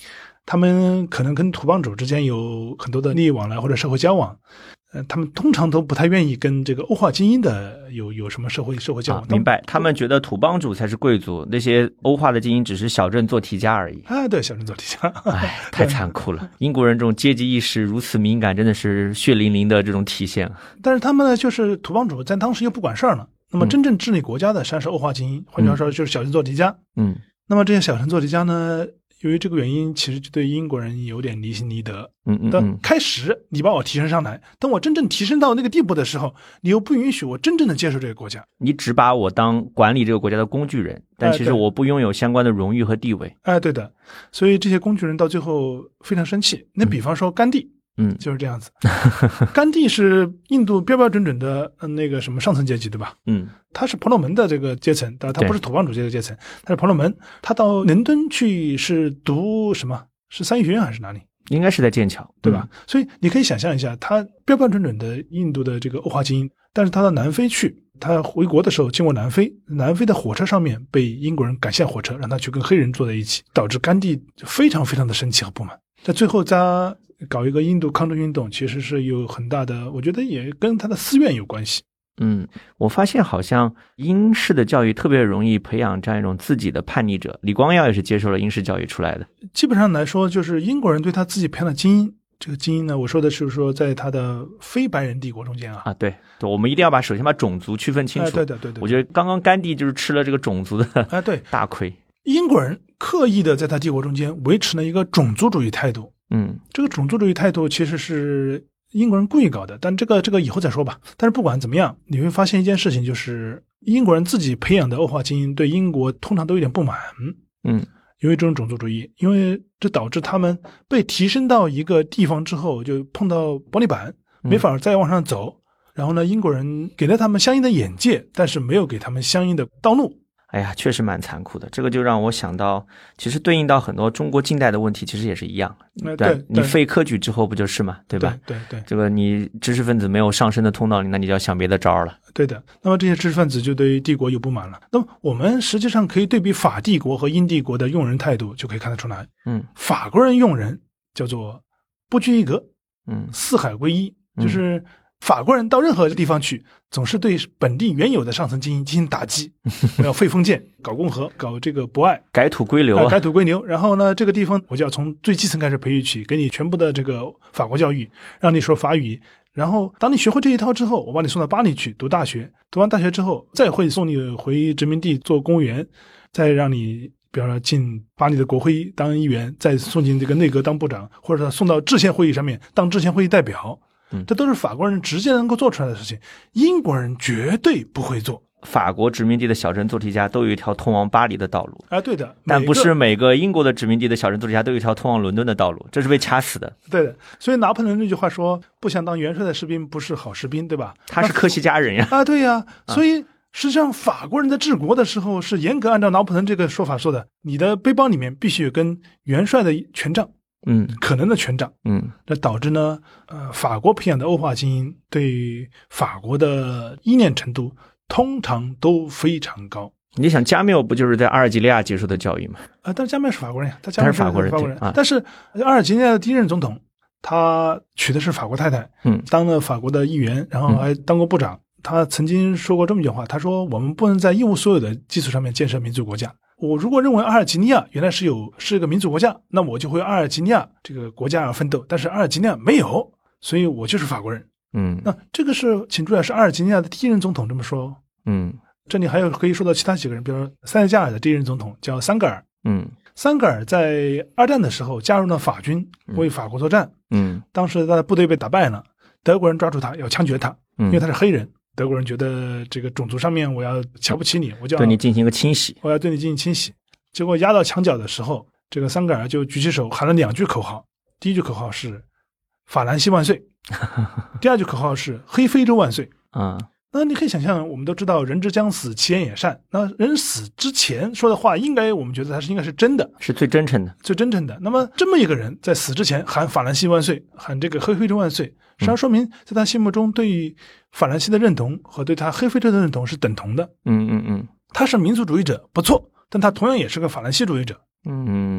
他们可能跟土帮主之间有很多的利益往来或者社会交往，他们通常都不太愿意跟这个欧化精英的有什么社会交往。 明白，他们觉得土帮主才是贵族，那些欧化的精英只是小镇做题家而已。 对，小镇做题家。 太残酷了。英国人这种阶级意识如此敏感，真的是血淋淋的这种体现。 但是他们呢，就是土帮主在当时又不管事儿了。那么真正治理国家的实际上是欧化精英，换句话说就是小镇做题家。那么这些小镇做题家呢，由于这个原因，其实就对英国人有点离心离德。但开始你把我提升上来，等我真正提升到那个地步的时候，你又不允许我真正的接受这个国家， 你只把我当管理这个国家的工具人，但其实我不拥有相关的荣誉和地位。 对的，所以这些工具人到最后非常生气。那比方说甘地。就是这样子。甘地是印度标标准准的那个什么上层阶级，对吧？他是婆罗门的这个阶层，但是他不是土帮主这个阶层，他是婆罗门。他到伦敦去是读什么？是三一学院还是哪里？ 应该是在剑桥， 对吧？所以你可以想象一下，他标标准准的印度的这个欧化精英，但是他到南非去，他回国的时候经过南非，南非的火车上面被英国人赶下火车，让他去跟黑人坐在一起，导致甘地非常非常的生气和不满。在最后他搞一个印度抗争运动，其实是有很大的，我觉得也跟他的私怨有关系。 我发现好像英式的教育特别容易培养这样一种自己的叛逆者。李光耀也是接受了英式教育出来的。 基本上来说，就是英国人对他自己培养的精英，这个精英呢，我说的是说在他的非白人帝国中间对，我们一定要首先把种族区分清楚。 对， 我觉得刚刚甘地就是吃了这个种族的大亏。 英国人刻意的在他帝国中间维持了一个种族主义态度。这个种族主义态度其实是英国人故意搞的，但这个以后再说吧。但是不管怎么样，你会发现一件事情，就是英国人自己培养的欧化精英对英国通常都有点不满。因为这种种族主义，因为这导致他们被提升到一个地方之后，就碰到玻璃板，没法再往上走。然后呢，英国人给了他们相应的眼界，但是没有给他们相应的道路。 确实蛮残酷的。这个就让我想到，其实对应到很多中国近代的问题，其实也是一样。 对， 你废科举之后不就是嘛，对吧？ 对， 这个你知识分子没有上升的通道里，那你就要想别的招了。 对的。那么这些知识分子就对于帝国有不满了。那么我们实际上可以对比法帝国和英帝国的用人态度，就可以看得出来。法国人用人叫做不拘一格，四海归一，就是法国人到任何地方去，总是对本地原有的上层精英进行打击，要废封建，搞共和，搞这个博爱， 改土归流改土归流。然后呢，这个地方我就要从最基层开始培育起，给你全部的这个法国教育，让你说法语。然后当你学会这一套之后，我把你送到巴黎去读大学，读完大学之后，再会送你回殖民地做公务员，再让你比方说进巴黎的国会当议员，再送进这个内阁当部长，或者送到制宪会议上面当制宪会议代表。这都是法国人直接能够做出来的事情，英国人绝对不会做。 法国殖民地的小镇做题家都有一条通往巴黎的道路对的， 但不是每个英国的殖民地的小镇做题家都有一条通往伦敦的道路，这是被掐死的。 对的，所以拿破仑那句话说，不想当元帅的士兵不是好士兵，对吧？ 他是科西嘉人呀。 对呀，所以实际上法国人在治国的时候是严格按照拿破仑这个说法说的，你的背包里面必须有跟元帅的权杖，可能的权杖。这导致呢，法国培养的欧化精英对法国的依恋程度通常都非常高。 你想加缪不就是在阿尔及利亚接受的教育吗？ 但是加缪是法国人呀，他是法国人， 但是阿尔及利亚的第一任总统，他娶的是法国太太，当了法国的议员，然后还当过部长。他曾经说过这么一句话，他说我们不能在一无所有的基础上面建设民族国家。我如果认为阿尔及利亚原来是一个民族国家，那我就会阿尔及利亚这个国家而奋斗，但是阿尔及利亚没有，所以我就是法国人。那这个是请注意，是阿尔及利亚的第一任总统这么说。这里还有可以说到其他几个人，比如说塞内加尔的第一任总统叫桑格尔。桑格尔在二战的时候加入了法军，为法国作战。当时他的部队被打败了，德国人抓住他要枪决他，因为他是黑人。德国人觉得这个种族上面我要瞧不起你，我就要对你进行一个清洗， 我要对你进行清洗。结果压到墙角的时候，这个桑格尔就举起手喊了2句口号。第一句口号是法兰西万岁，第二句口号是黑非洲万岁。那你可以想象，我们都知道人之将死其言也善，那人死之前说的话应该我们觉得他应该是真的， 是最真诚的。那么这么一个人在死之前喊法兰西万岁，喊这个黑非洲万岁，实际上说明在他心目中对于法兰西的认同和对他黑非洲的认同是等同的。他是民族主义者不错，但他同样也是个法兰西主义者。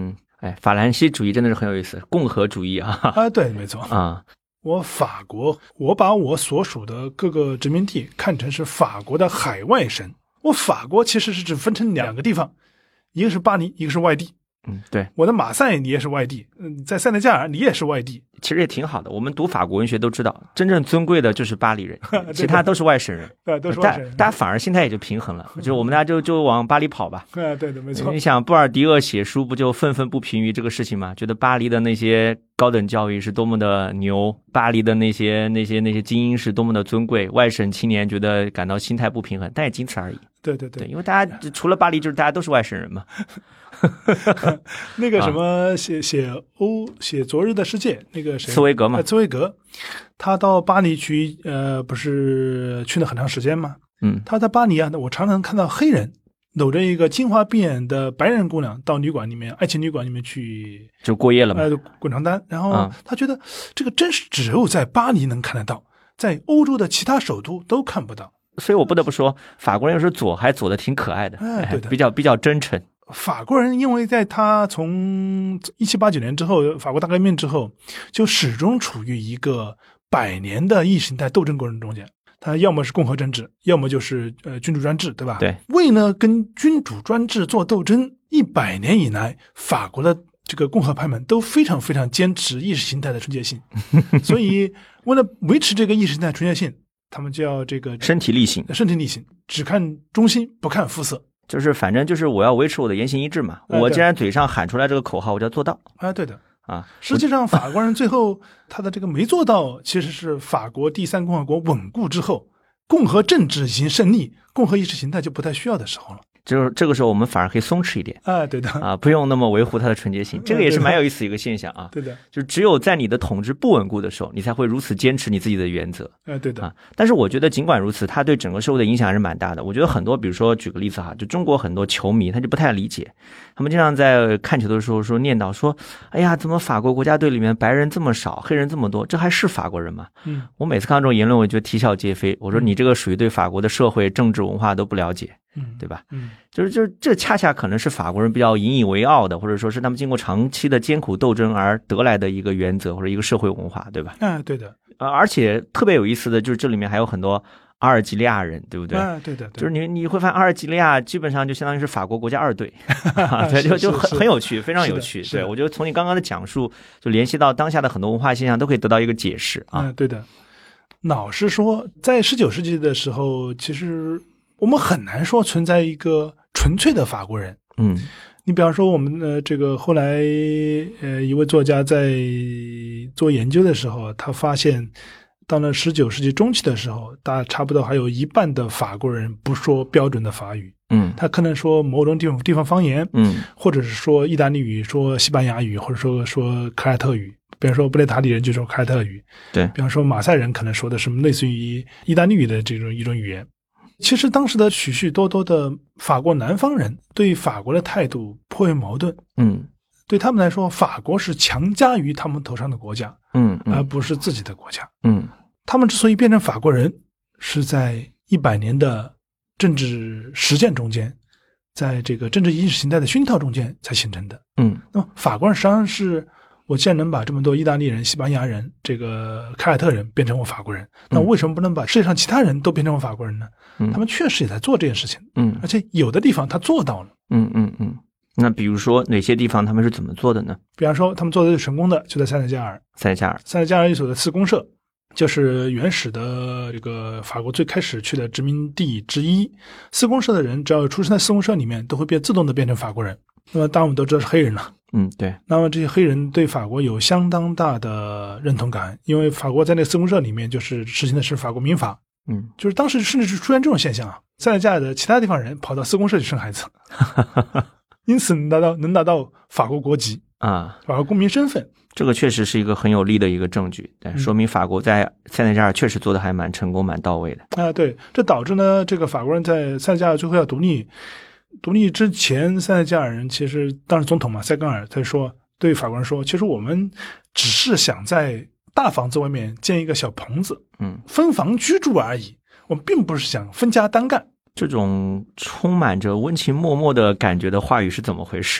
哎，法兰西主义真的是很有意思，共和主义啊。 啊，对，没错啊。 法国，我把我所属的各个殖民地看成是法国的海外省。法国其实是只分成2个地方，一个是巴黎，一个是外地。 对， 我的马赛你也是外地，在塞内加尔你也是外地， 其实也挺好的。我们读法国文学都知道，真正尊贵的就是巴黎人，其他都是外省人。 都是外省人， 大家反而心态也就平衡了，就是我们大家就往巴黎跑吧。 对的，没错。 你想，布尔迪厄写书不就愤愤不平于这个事情吗？觉得巴黎的那些高等教育是多么的牛，巴黎的那些精英是多么的尊贵，外省青年觉得感到心态不平衡，但也仅此而已。 对， 因为大家除了巴黎，就是大家都是外省人嘛。 那个什么写昨日的世界那个谁， 茨威格嘛， 茨威格，他到巴黎去，不是去了很长时间吗？他在巴黎啊，我常常看到黑人搂着一个金发碧眼的白人姑娘到旅馆里面，爱情旅馆里面去就过夜了嘛， 滚床单。然后他觉得这个真是只有在巴黎能看得到，在欧洲的其他首都都看不到。 所以我不得不说，法国人有时候左还左的挺可爱的， 对的， 比较真诚。 法国人因为在他从1789年之后，法国大革命之后，就始终处于一个100年的意识形态斗争过程中间。他要么是共和政治，要么就是君主专制，对吧？ 对。 为了跟君主专制做斗争，100年以来，法国的这个共和派们都非常非常坚持意识形态的纯洁性，所以为了维持这个意识形态纯洁性，他们就要这个身体力行， 只看中心，不看肤色。 就是反正就是我要维持我的言行一致嘛，我既然嘴上喊出来这个口号，我就要做到。 对的。 实际上法国人最后他的这个没做到，其实是法国第3共和国稳固之后，共和政治已经胜利，共和意识形态就不太需要的时候了。 就是这个时候我们反而可以松弛一点对的不用那么维护它的纯洁性，这个也是蛮有意思的一个现象啊。 对的， 就是只有在你的统治不稳固的时候，你才会如此坚持你自己的原则对的但是我觉得尽管如此，它对整个社会的影响还是蛮大的。我觉得很多，比如说举个例子就中国很多球迷他就不太理解，他们经常在看球的时候念叨说，哎呀，怎么法国国家队里面白人这么少，黑人这么多，这还是法国人吗？我每次看到这种言论，我就啼笑皆非。我说你这个属于对法国的社会政治文化都不了解，对吧？就是这恰恰可能是法国人比较引以为傲的，或者说是他们经过长期的艰苦斗争而得来的一个原则或者一个社会文化，对吧？ 对的。 而且特别有意思的就是这里面还有很多阿尔及利亚人，对不对？ 对的。 就是你会发现阿尔及利亚基本上就相当于是法国国家2队就很有趣，非常有趣。对，我觉得从你刚刚的讲述就联系到当下的很多文化现象都可以得到一个解释对的。老实说，在19世纪的时候，其实我们很难说存在一个纯粹的法国人。你比方说我们这个后来一位作家在做研究的时候，他发现到了19世纪中期的时候，差不多还有1半的法国人不说标准的法语。他可能说某种地方方言，或者是说意大利语，说西班牙语，或者说凯尔特语。比方说布列塔里人就说凯尔特语， 对。 比方说马赛人可能说的是类似于意大利语的这种一种语言。其实当时的许许多多的法国南方人对法国的态度颇为矛盾。对他们来说，法国是强加于他们头上的国家，而不是自己的国家。他们之所以变成法国人，是在100年的政治实践中间，在这个政治意识形态的熏陶中间才形成的。那么法国人实际上是，我既然能把这么多意大利人、西班牙人、这个凯尔特人变成我法国人，那为什么不能把世界上其他人都变成我法国人呢？他们确实也在做这件事情。而且有的地方他做到了。 那比如说哪些地方他们是怎么做的呢？ 比方说他们做的最成功的就在塞内加尔。塞内加尔一所的4公社，就是原始的这个法国最开始去的殖民地之一。4公社的人只要出生在4公社里面，都会自动的变成法国人。那么当然我们都知道是黑人了。 对。 那么这些黑人对法国有相当大的认同感，因为法国在那4公社里面就是实行的是法国民法。就是当时甚至是出现这种现象塞内加尔的其他地方人跑到4公社去生孩子因此能拿到法国国籍法国公民身份。 这个确实是一个很有力的一个证据，但说明法国在塞内加尔确实做的还蛮成功蛮到位的。 对，这导致呢这个法国人在塞内加尔最后要独立之前，塞内加尔人其实当时总统嘛，塞冈尔他说对法国人说，其实我们只是想在大房子外面建一个小棚子，分房居住而已，我们并不是想分家单干。 这种充满着温情脉脉的感觉的话语是怎么回事？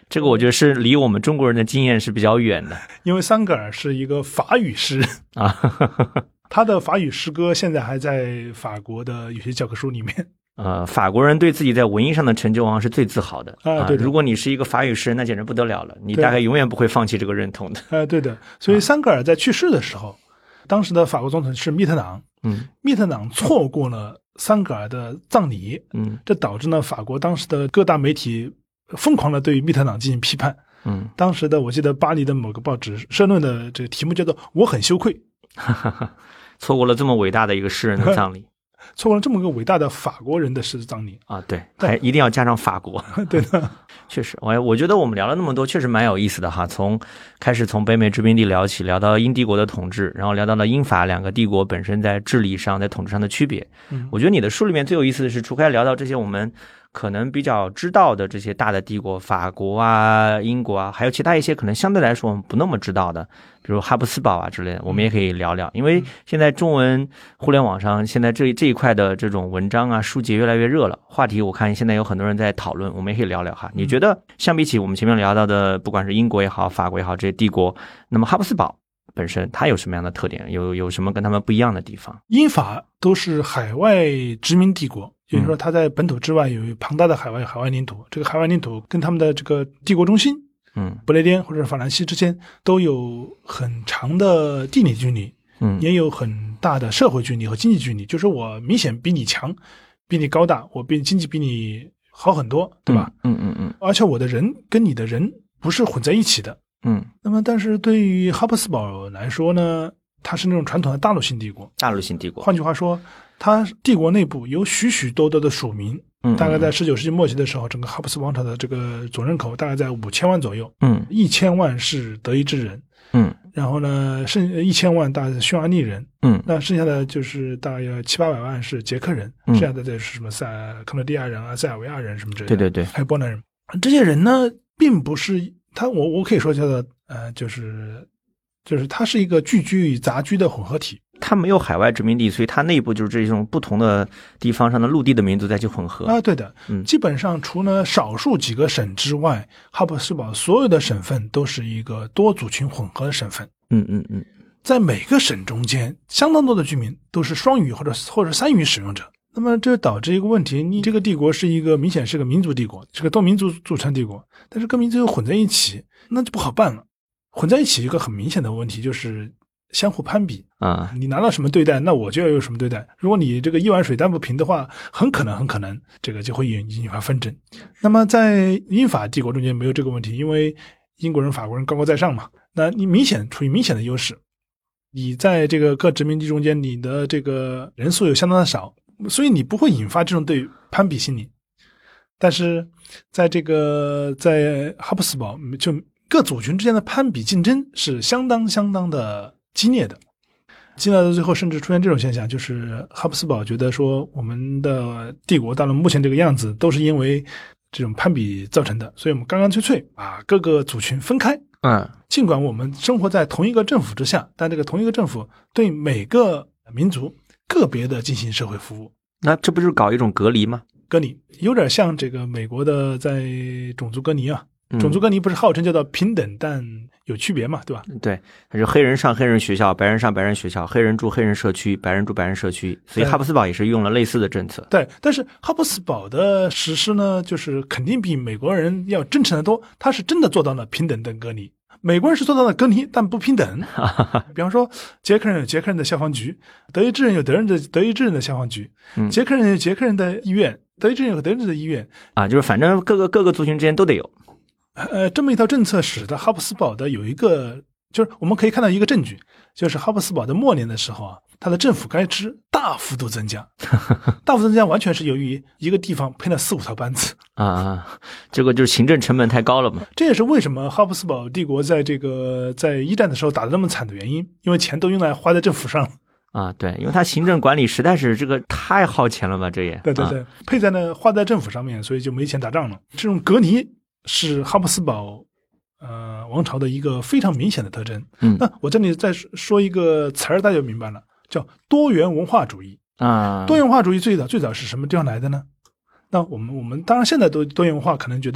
这个我觉得是离我们中国人的经验是比较远的。 因为桑格尔是一个法语诗啊， 他的法语诗歌现在还在法国的有些教科书里面。 法国人对自己在文艺上的成就往往是最自豪的对的。 如果你是一个法语诗人，那简直不得了了，你大概永远不会放弃这个认同的。 对的。所以桑格尔在去世的时候，当时的法国总统是密特朗，密特朗错过了桑格尔的葬礼，这导致呢法国当时的各大媒体疯狂的对密特朗进行批判。当时的我记得巴黎的某个报纸社论的这个题目叫做“我很羞愧”， 错过了这么伟大的一个诗人的葬礼。 错过了这么个伟大的法国人的诗葬礼啊，对，还一定要加上法国。 对的， 确实，我觉得我们聊了那么多，确实蛮有意思的哈。开始从北美殖民地聊起，聊到英帝国的统治，然后聊到了英法两个帝国本身在治理上、在统治上的区别。我觉得你的书里面最有意思的是，除开聊到这些我们可能比较知道的这些大的帝国，法国啊、英国啊，还有其他一些可能相对来说我们不那么知道的，比如哈布斯堡啊之类的，我们也可以聊聊。因为现在中文互联网上现在这一块的这种文章啊、书籍越来越热了，话题我看现在有很多人在讨论，我们也可以聊聊哈。你觉得相比起我们前面聊到的，不管是英国也好、法国也好这些帝国，那么哈布斯堡本身它有什么样的特点？有什么跟他们不一样的地方？ 英法都是海外殖民帝国，也就是说它在本土之外有庞大的海外领土，这个海外领土跟他们的这个帝国中心不列颠或者法兰西之间都有很长的地理距离，也有很大的社会距离和经济距离，就是我明显比你强，比你高大，我经济比你好很多，对吧？而且我的人跟你的人不是混在一起的。那么但是对于哈布斯堡来说呢，它是那种传统的大陆性帝国。换句话说，它帝国内部有许许多多的属民。大概在19世纪末期的时候，整个哈布斯堡王朝的这个总人口大概在5000万左右。1000万是德意志人。然后呢，剩1000万大概是匈牙利人。那剩下的就是大概700-800万是捷克人。剩下的就是什么克罗地亚人啊、塞尔维亚人什么之类的。 对， 还有波兰人。这些人呢，并不是我可以说叫做就是它是一个聚居与杂居的混合体。 它没有海外殖民地，所以它内部就是这种不同的地方上的陆地的民族再去混合对的。基本上除了少数几个省之外，哈布斯堡所有的省份都是一个多族群混合的省份。在每个省中间，相当多的居民都是双语或者三语使用者。那么这导致一个问题，你这个帝国明显是个民族帝国，是个多民族组成帝国，但是各民族又混在一起，那就不好办了。混在一起一个很明显的问题就是相互攀比你拿到什么对待，那我就要有什么对待。如果你这个一碗水端不平的话，很可能这个就会引发纷争。那么在英法帝国中间没有这个问题，因为英国人、法国人高高在上嘛，那你处于明显的优势。你在这个各殖民地中间，你的这个人数有相当的少，所以你不会引发这种对攀比心理。但是在哈布斯堡，就各族群之间的攀比竞争是相当的激烈的。激烈到最后甚至出现这种现象，就是哈布斯堡觉得说我们的帝国到了目前这个样子都是因为这种攀比造成的，所以我们干脆把各个族群分开。尽管我们生活在同一个政府之下，但这个同一个政府对每个民族个别的进行社会服务。 那这不是搞一种隔离吗？ 隔离有点像这个美国的在种族隔离啊。种族隔离不是号称叫做平等但有区别嘛，对吧？ 对，它是黑人上黑人学校，白人上白人学校，黑人住黑人社区，白人住白人社区，所以哈布斯堡也是用了类似的政策。 对，但是哈布斯堡的实施呢，就是肯定比美国人要真诚得多，他是真的做到了平等的隔离。美国人是做到了隔离但不平等。比方说捷克人有捷克人的消防局，德意志人有德意志人的消防局，捷克人有捷克人的医院，德意志人有德意志的医院就是反正各个族群之间都得有。 这么一套政策使得哈布斯堡的有一个，就是我们可以看到一个证据，就是哈布斯堡的末年的时候它的政府开支大幅度增加。大幅度增加完全是由于一个地方配了4-5套班子这个就是行政成本太高了嘛。 这也是为什么哈布斯堡帝国在一战的时候打得那么惨的原因，因为钱都用来花在政府上了。 对，因为他行政管理实在是这个太耗钱了吧，这也对，配在呢花在政府上面，所以就没钱打仗了。这种隔离是哈布斯堡王朝的一个非常明显的特征。那我这里再说一个词儿，大家就明白了，叫多元文化主义多元文化主义最早是什么地方来的呢？那我们当然现在都多元文化可能觉得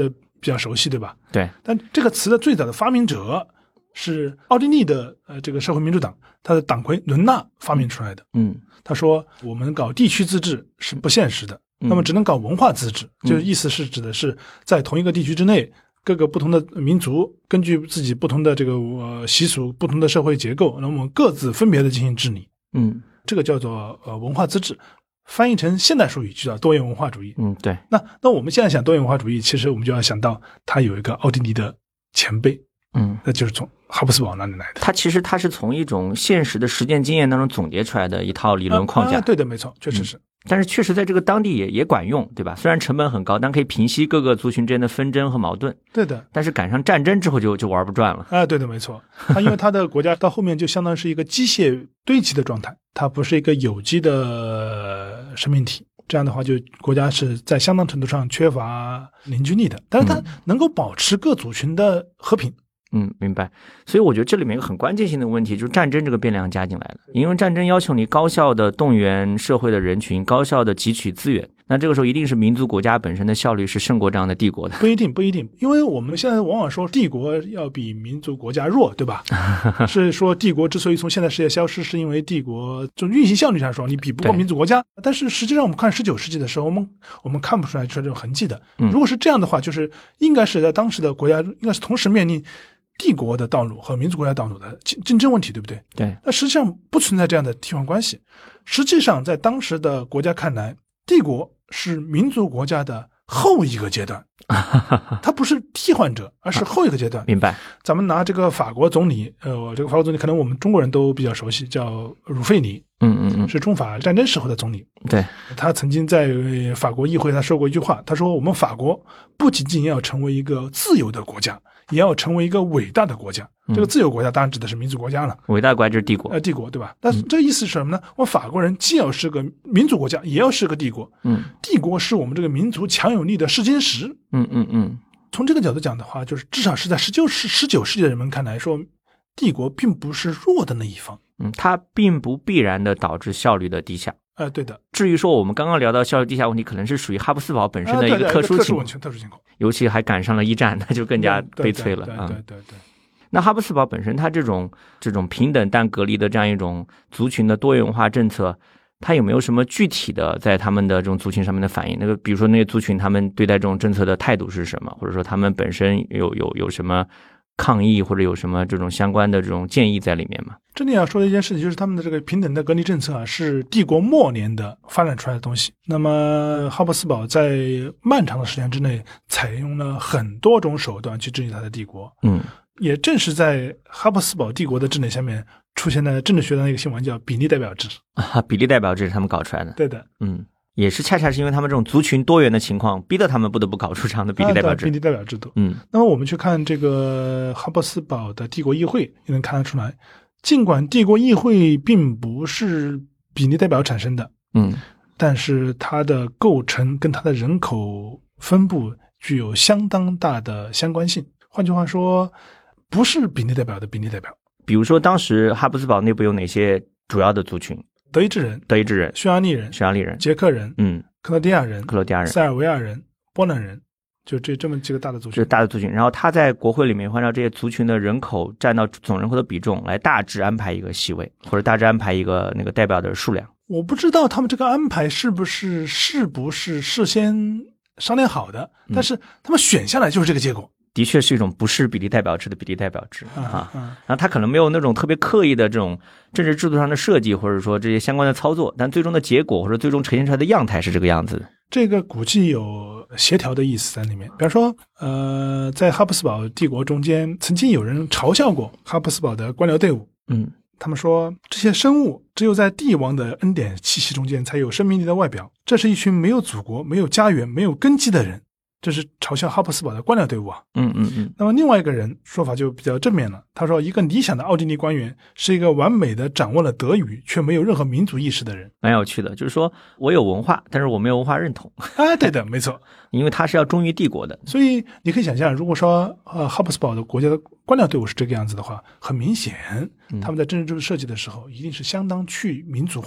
比较熟悉，对吧？ 对。 但这个词的最早的发明者是奥地利的这个社会民主党，他的党魁伦纳发明出来的。他说我们搞地区自治是不现实的，那么只能搞文化自治，就是意思是指的是在同一个地区之内，各个不同的民族根据自己不同的这个习俗、不同的社会结构，那么各自分别的进行治理。这个叫做文化自治，翻译成现代术语就叫多元文化主义。 对。 那我们现在想多元文化主义，其实我们就要想到它有一个奥地利的前辈，那就是从哈布斯堡那里来的。 它是从一种现实的实践经验当中总结出来的一套理论框架。 对的，没错，确实是。 但是确实在这个当地也管用，对吧？虽然成本很高，但可以平息各个族群之间的纷争和矛盾。 对的。但是赶上战争之后就玩不转了。 对的，没错。因为它的国家到后面就相当于是一个机械堆积的状态，它不是一个有机的生命体。这样的话，就国家是在相当程度上缺乏凝聚力的，但是它能够保持各族群的和平。 明白。所以我觉得这里面一个很关键性的问题就是战争这个变量加进来了，因为战争要求你高效的动员社会的人群，高效的汲取资源，那这个时候一定是民族国家本身的效率是胜过这样的帝国的。 不一定，因为我们现在往往说帝国要比民族国家弱，对吧？是说帝国之所以从现代世界消失，是因为帝国就运行效率上说你比不过民族国家，但是实际上我们看19世纪的时候，我们看不出来这种痕迹的。如果是这样的话，就是应该是在当时的国家应该是同时面临帝国的道路和民族国家道路的竞争问题，对不对？ 对。 那实际上不存在这样的替换关系。实际上在当时的国家看来，帝国是民族国家的后一个阶段，它不是替换者，而是后一个阶段。 明白。 咱们拿这个法国总理，这个法国总理可能我们中国人都比较熟悉，叫鲁费尼。是中法战争时候的总理。 对。 他曾经在法国议会他说过一句话，他说我们法国不仅仅要成为一个自由的国家，也要成为一个伟大的国家。这个自由国家当然指的是民族国家了， 伟大国家就是帝国。 帝国，对吧？但是这个意思是什么呢？我们法国人既要是个民族国家，也要是个帝国。帝国是我们这个民族强有力的试金石。从这个角度讲的话，就是至少是在19世纪的人们看来说，帝国并不是弱的那一方。 它并不必然的导致效率的低下。 对的。 至于说我们刚刚聊到效率低下问题，可能是属于哈布斯堡本身的一个特殊情况，尤其还赶上了一战，那就更加悲催了。 对。 那哈布斯堡本身它这种平等但隔离的这样一种族群的多元化政策，它有没有什么具体的在他们的这种族群上面的反应？那个比如说那些族群他们对待这种政策的态度是什么，或者说他们本身有什么抗议，或者有什么这种相关的这种建议在里面吗？ 这里要说的一件事情就是他们的这个平等的隔离政策是帝国末年的发展出来的东西。那么哈布斯堡在漫长的时间之内采用了很多种手段去治理他的帝国。也正是在哈布斯堡帝国的治理下面出现了政治学的一个新闻叫比例代表制。 比例代表制是他们搞出来的。 对的。 也是恰恰是因为他们这种族群多元的情况，逼得他们不得不搞出这样的比例代表制。 比例代表制度。那么我们去看这个哈布斯堡的帝国议会，也能看得出来，尽管帝国议会并不是比例代表产生的，但是它的构成跟它的人口分布具有相当大的相关性。换句话说，不是比例代表的比例代表。 比如说当时哈布斯堡内部有哪些主要的族群？ 德意志人、匈牙利人、捷克人、克罗地亚人、塞尔维亚人、波兰人，就这么几个大的族群。 大的族群，然后他在国会里面按照这些族群的人口占到总人口的比重来大致安排一个席位，或者大致安排一个那个代表的数量。 我不知道他们这个安排是不是事先商量好的，但是他们选下来就是这个结果。 的确是一种不是比例代表制的比例代表制然后他可能没有那种特别刻意的这种政治制度上的设计，或者说这些相关的操作，但最终的结果或者最终呈现出来的样态是这个样子的。 这个估计有协调的意思在里面。比方说在哈布斯堡帝国中间曾经有人嘲笑过哈布斯堡的官僚队伍。他们说这些生物只有在帝王的恩典气息中间才有生命力的外表，这是一群没有祖国、没有家园、没有根基的人。这是嘲笑哈布斯堡的官僚队伍啊。那么另外一个人说法就比较正面了，他说一个理想的奥地利官员是一个完美的掌握了德语却没有任何民族意识的人。 蛮有趣的，就是说我有文化，但是我没有文化认同。 对的，没错。 因为他是要忠于帝国的， 所以你可以想象，如果说哈布斯堡的国家的官僚队伍是这个样子的话，很明显他们在政治制度设计的时候一定是相当去民族化的。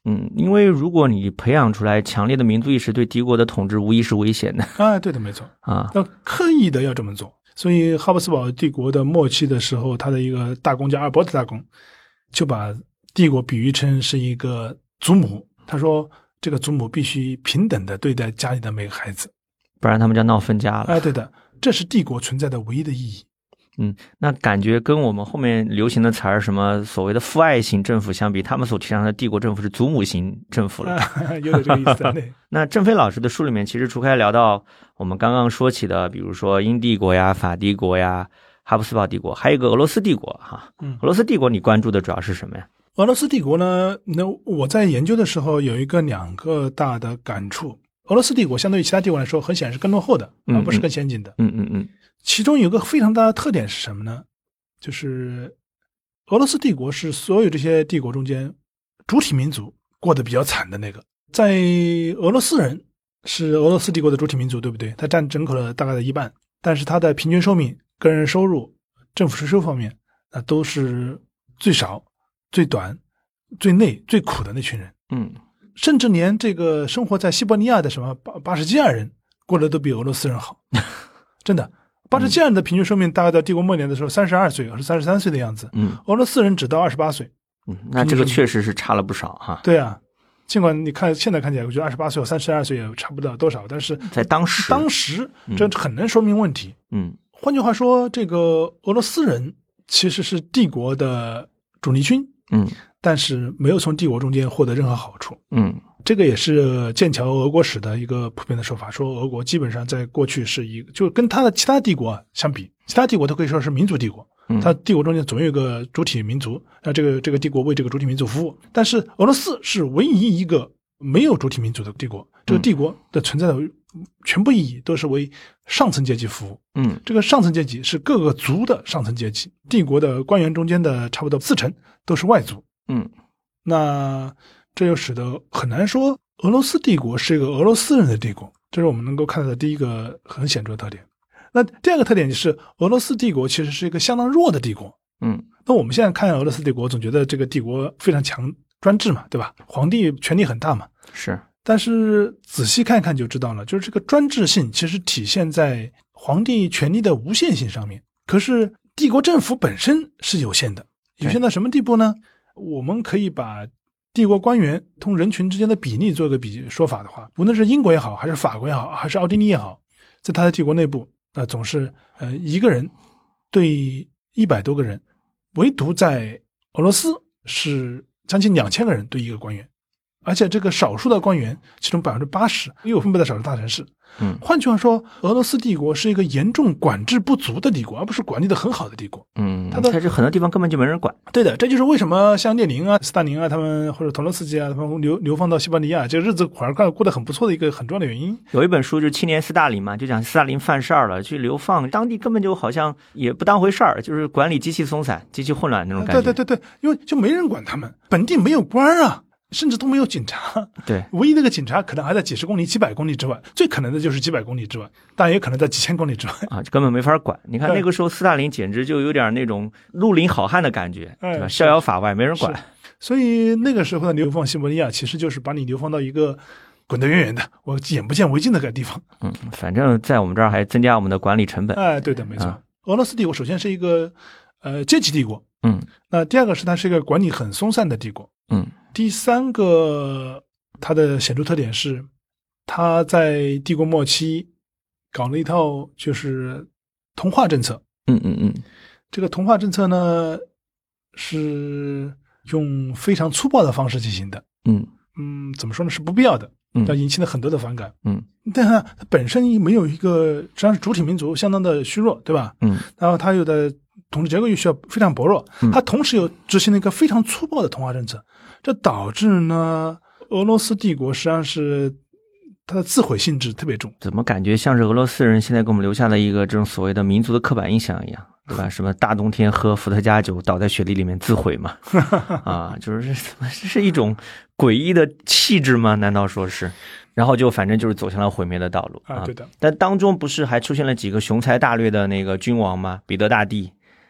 因为如果你培养出来强烈的民族意识，对敌国的统治无疑是危险的。 对的，没错啊， 要刻意的要这么做。所以哈布斯堡帝国的末期的时候，他的一个大公叫阿尔伯特大公，就把帝国比喻成是一个祖母。他说这个祖母必须平等的对待家里的每个孩子， 不然他们就闹分家了。 对的，这是帝国存在的唯一的意义。 那感觉跟我们后面流行的词儿什么所谓的父爱型政府相比，他们所提倡的帝国政府是祖母型政府了。 有点这个意思。对。 那郑飞老师的书里面，其实除开聊到我们刚刚说起的，比如说英帝国呀、法帝国呀、哈布斯堡帝国，还有一个俄罗斯帝国哈。俄罗斯帝国你关注的主要是什么呀？ 俄罗斯帝国呢，那我在研究的时候有两个大的感触。俄罗斯帝国相对于其他帝国来说，很显然是更落后的，而不是更先进的。其中有个非常大的特点是什么呢？就是俄罗斯帝国是所有这些帝国中间主体民族过得比较惨的那个。在俄罗斯人是俄罗斯帝国的主体民族，对不对？他占人口的大概的一半，但是他的平均寿命、个人收入、政府税收方面，那都是最少、最短、最内、最苦的那群人。甚至连这个生活在西伯利亚的什么巴什基亚人过得都比俄罗斯人好。真的，巴什基亚人的平均寿命大概到帝国末年的时候32岁或者33岁的样子。俄罗斯人只到28岁。 那这个确实是差了不少哈。 对啊，尽管你看现在看起来，我觉得28岁或32岁也差不了多少，但是在当时这很能说明问题。换句话说，这个俄罗斯人其实是帝国的主力军。但是没有从帝国中间获得任何好处。这个也是剑桥俄国史的一个普遍的说法，说俄国基本上在过去是就跟他的其他帝国相比，其他帝国都可以说是民族帝国。它帝国中间总有一个主体民族，让这个帝国为这个主体民族服务。但是俄罗斯是唯一一个没有主体民族的帝国，这个帝国的存在的全部意义都是为上层阶级服务。这个上层阶级是各个族的上层阶级，帝国的官员中间的差不多40%都是外族。那这就使得很难说俄罗斯帝国是一个俄罗斯人的帝国，这是我们能够看到的第一个很显著的特点。那第二个特点就是俄罗斯帝国其实是一个相当弱的帝国。那我们现在看俄罗斯帝国，总觉得这个帝国非常强，专制嘛，对吧？皇帝权力很大嘛。 是。 但是仔细看看就知道了，就是这个专制性其实体现在皇帝权力的无限性上面。可是帝国政府本身是有限的，有限到什么地步呢？我们可以把帝国官员同人群之间的比例做一个说法的话，无论是英国也好，还是法国也好，还是奥地利也好，在他的帝国内部，总是一个人对100多个人，唯独在俄罗斯是将近2000个人对一个官员，而且这个少数的官员其中80%又分布在少数大城市。换句话说，俄罗斯帝国是一个严重管制不足的帝国，而不是管理的很好的帝国。 它在这很多地方根本就没人管。 对的，这就是为什么像列宁啊、斯大林啊，他们或者托洛斯基啊，他们流放到西伯利亚，这个日子反而过得很不错的一个很重要的原因。 有一本书就是《青年斯大林》嘛，就讲斯大林犯事儿了，去流放，当地根本就好像也不当回事儿，就是管理极其松散、极其混乱那种感觉。 对，因为就没人管他们，本地没有官啊。甚至都没有警察。 对， 唯一那个警察可能还在几十公里、几百公里之外，最可能的就是几百公里之外，但也可能在几千公里之外啊，根本没法管。你看那个时候斯大林简直就有点那种绿林好汉的感觉，对吧？逍遥法外，没人管。 所以那个时候的流放西伯利亚，其实就是把你流放到一个滚得远远的，我眼不见为净的个地方。 反正在我们这儿还增加我们的管理成本。 对的，没错。俄罗斯帝国首先是一个阶级帝国，那第二个是它是一个管理很松散的帝国，第三个它的显著特点是，它在帝国末期搞了一套就是同化政策。这个同化政策呢是用非常粗暴的方式进行的。怎么说呢？是不必要的，要引起了很多的反感。但它本身没有一个，实际上是主体民族相当的虚弱，对吧？然后它有的统治结构又需要非常薄弱，它同时又执行了一个非常粗暴的同化政策，这导致呢，俄罗斯帝国实际上是它的自毁性质特别重。 怎么感觉像是俄罗斯人现在给我们留下的一个这种所谓的民族的刻板印象一样，对吧？什么大冬天喝伏特加酒倒在雪地里面自毁嘛？就是这是一种诡异的气质吗？难道说是？然后就反正就是走向了毁灭的道路对的。 但当中不是还出现了几个雄才大略的那个君王吗？彼得大帝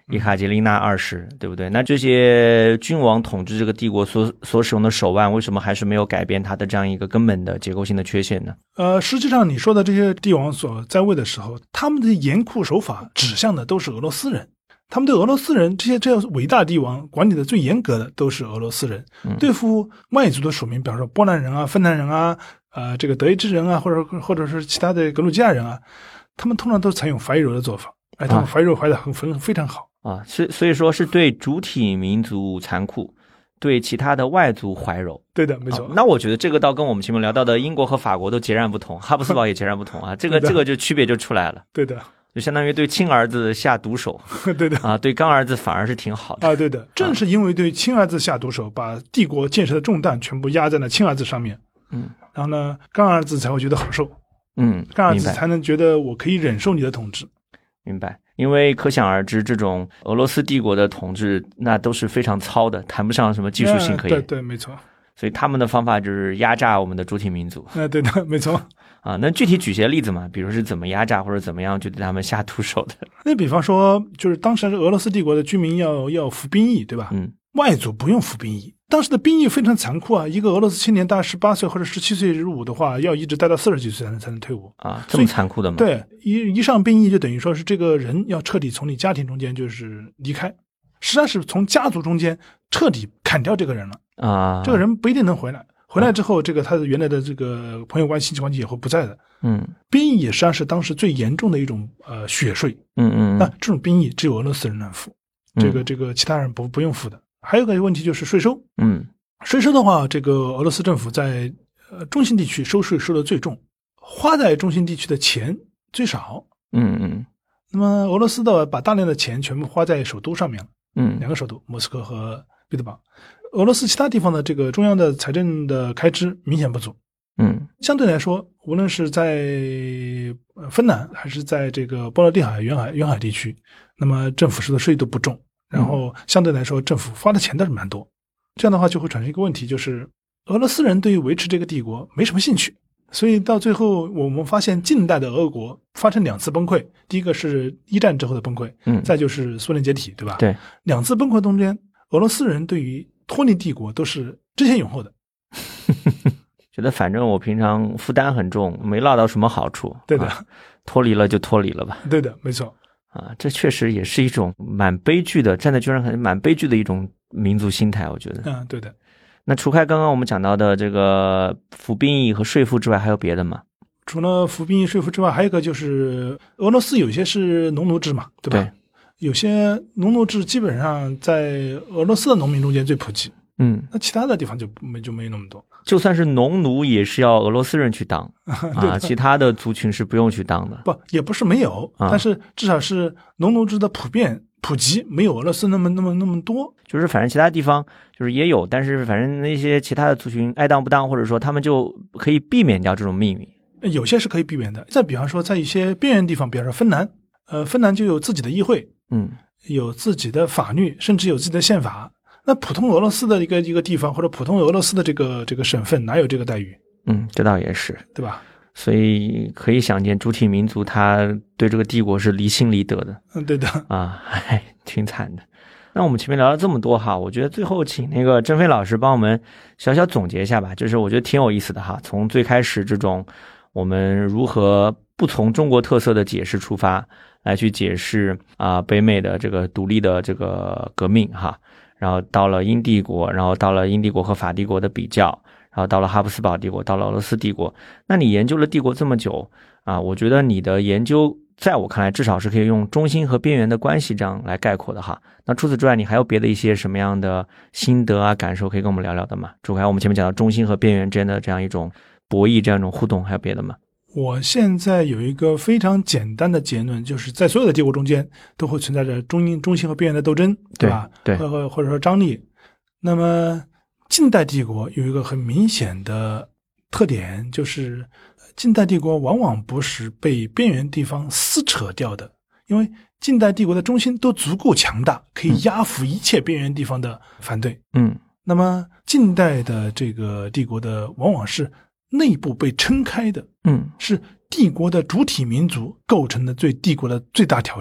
叶卡捷琳娜20，对不对？那这些君王统治这个帝国所使用的手腕，为什么还是没有改变它的这样一个根本的结构性的缺陷呢？ 实际上你说的这些帝王所在位的时候，他们的严酷手法指向的都是俄罗斯人。他们对俄罗斯人这些伟大帝王管理的最严格的都是俄罗斯人。对付外族的属民，比方说波兰人啊、芬兰人啊、这个德意志人啊，或者是其他的格鲁吉亚人啊，他们通常都采用怀柔的做法。他们怀柔怀得非常好啊，所以说是对主体民族残酷，对其他的外族怀柔。 对的，没错。 那我觉得这个倒跟我们前面聊到的英国和法国都截然不同，哈布斯堡也截然不同啊，这个就区别就出来了。 对的， 就相当于对亲儿子下毒手。对的啊，对干儿子反而是挺好的啊。对的，正是因为对亲儿子下毒手，把帝国建设的重担全部压在了亲儿子上面。然后呢，干儿子才会觉得好受。干儿子才能觉得我可以忍受你的统治。 明白，因为可想而知，这种俄罗斯帝国的统治那都是非常糙的，谈不上什么技术性可言。 对，没错。 所以他们的方法就是压榨我们的主体民族。 对的，没错。 那具体举些例子嘛，比如是怎么压榨或者怎么样就对他们下毒手的。 那比方说，就是当时俄罗斯帝国的居民要服兵役，对吧？外族不用服兵役。当时的兵役非常残酷啊！一个俄罗斯青年大概18岁或者17岁入伍的话，要一直待到40几岁才能退伍啊！这么残酷的吗？ 对，一上兵役就等于说是这个人要彻底从你家庭中间就是离开，实际上是从家族中间彻底砍掉这个人了啊！这个人不一定能回来，回来之后，这个他的原来的这个朋友关系、亲戚关系也会不在的。兵役也实际上是当时最严重的一种血税。那这种兵役只有俄罗斯人能付，这个其他人不用付的。还有个问题就是税收。税收的话，这个俄罗斯政府在中心地区收税收的最重，花在中心地区的钱最少。那么俄罗斯把大量的钱全部花在首都上面了。两个首都，莫斯科和彼得堡。俄罗斯其他地方的这个中央的财政的开支明显不足。相对来说，无论是在芬兰还是在这个波罗的海沿海地区，那么政府收的税都不重。然后相对来说，政府花的钱倒是蛮多。这样的话就会产生一个问题，就是俄罗斯人对于维持这个帝国没什么兴趣。所以到最后我们发现近代的俄国发生2次崩溃，第一个是一战之后的崩溃，再就是苏联解体，对吧？ 对 ，2次崩溃中间，俄罗斯人对于脱离帝国都是争先恐后的。 觉得反正我平常负担很重，没落到什么好处。 对的， 脱离了就脱离了吧。 对的，没错。 这确实也是一种蛮悲剧的，站在军人很蛮悲剧的一种民族心态，我觉得。 对的。 那除开刚刚我们讲到的这个服兵役和税赋之外，还有别的吗？ 除了服兵役、税赋之外，还有一个就是俄罗斯有些是农奴制嘛，对吧？对。有些农奴制基本上在俄罗斯的农民中间最普及。那其他的地方就没那么多。 就算是农奴也是要俄罗斯人去当其他的族群是不用去当的。 不，也不是没有，但是至少是农奴制的普及没有俄罗斯那么多。 就是反正其他地方就是也有，但是反正那些其他的族群爱当不当，或者说他们就可以避免掉这种命运。 有些是可以避免的。再比方说在一些边缘地方，比方说芬兰，芬兰就有自己的议会，有自己的法律，甚至有自己的宪法。那普通俄罗斯的一个地方，或者普通俄罗斯的这个省份，哪有这个待遇？ 这倒也是， 对吧？ 所以可以想见，主体民族他对这个帝国是离心离德的。 对的挺惨的。那我们前面聊了这么多哈，我觉得最后请那个郑飞老师帮我们小小总结一下吧，就是我觉得挺有意思的哈。从最开始这种我们如何不从中国特色的解释出发，来去解释北美的这个独立的这个革命哈。然后到了英帝国，然后到了英帝国和法帝国的比较，然后到了哈布斯堡帝国，到了俄罗斯帝国。那你研究了帝国这么久我觉得你的研究在我看来至少是可以用中心和边缘的关系这样来概括的哈。那除此之外，你还有别的一些什么样的心得感受可以跟我们聊聊的吗？除开我们前面讲到中心和边缘之间的这样一种博弈，这样一种互动，还有别的吗？ 我现在有一个非常简单的结论，就是在所有的帝国中间都会存在着中心和边缘的斗争，对吧？ 对， 或者说张力。那么近代帝国有一个很明显的特点，就是近代帝国往往不是被边缘地方撕扯掉的，因为近代帝国的中心都足够强大，可以压服一切边缘地方的反对。那么近代的这个帝国的往往是内部被撑开的，是帝国的主体民族构成的帝国的最大挑战，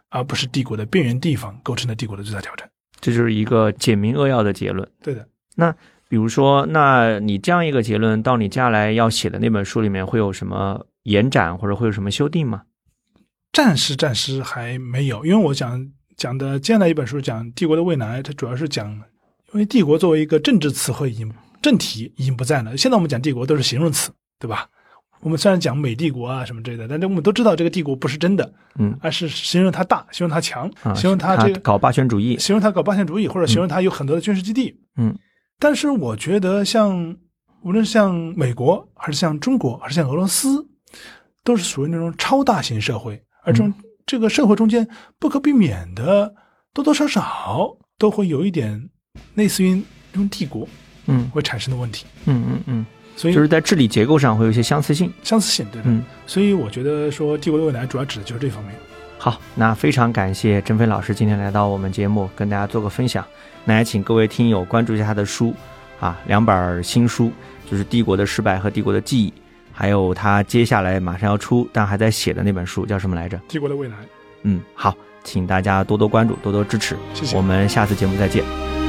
而不是帝国的边缘地方构成了帝国的最大挑战。 这就是一个简明扼要的结论。 对的。 那比如说，那你这样一个结论到你接下来要写的那本书里面会有什么延展或者会有什么修订吗？ 暂时还没有，因为我讲的接下来一本书讲帝国的未来，它主要是讲，因为帝国作为一个政治词汇政体已经不在了。现在我们讲帝国都是形容词，对吧？我们虽然讲美帝国啊什么之类的，但是我们都知道这个帝国不是真的，而是形容它大，形容它强，形容它这个搞霸权主义， 形容它搞霸权主义，或者形容它有很多的军事基地。但是我觉得无论像美国还是像中国还是像俄罗斯，都是属于那种超大型社会，而这个社会中间不可避免的多多少少都会有一点类似于这种帝国会产生的问题。所以就是在治理结构上会有一些相似性， 对的。所以我觉得说帝国的未来主要指的就是这方面。 好，那非常感谢甄飞老师今天来到我们节目跟大家做个分享。那也请各位听友关注一下他的书2本新书，就是《帝国的失败》和《帝国的记忆》，还有他接下来马上要出但还在写的那本书叫什么来着？ 帝国的未来。 好，请大家多多关注，多多支持。 谢谢， 我们下次节目再见。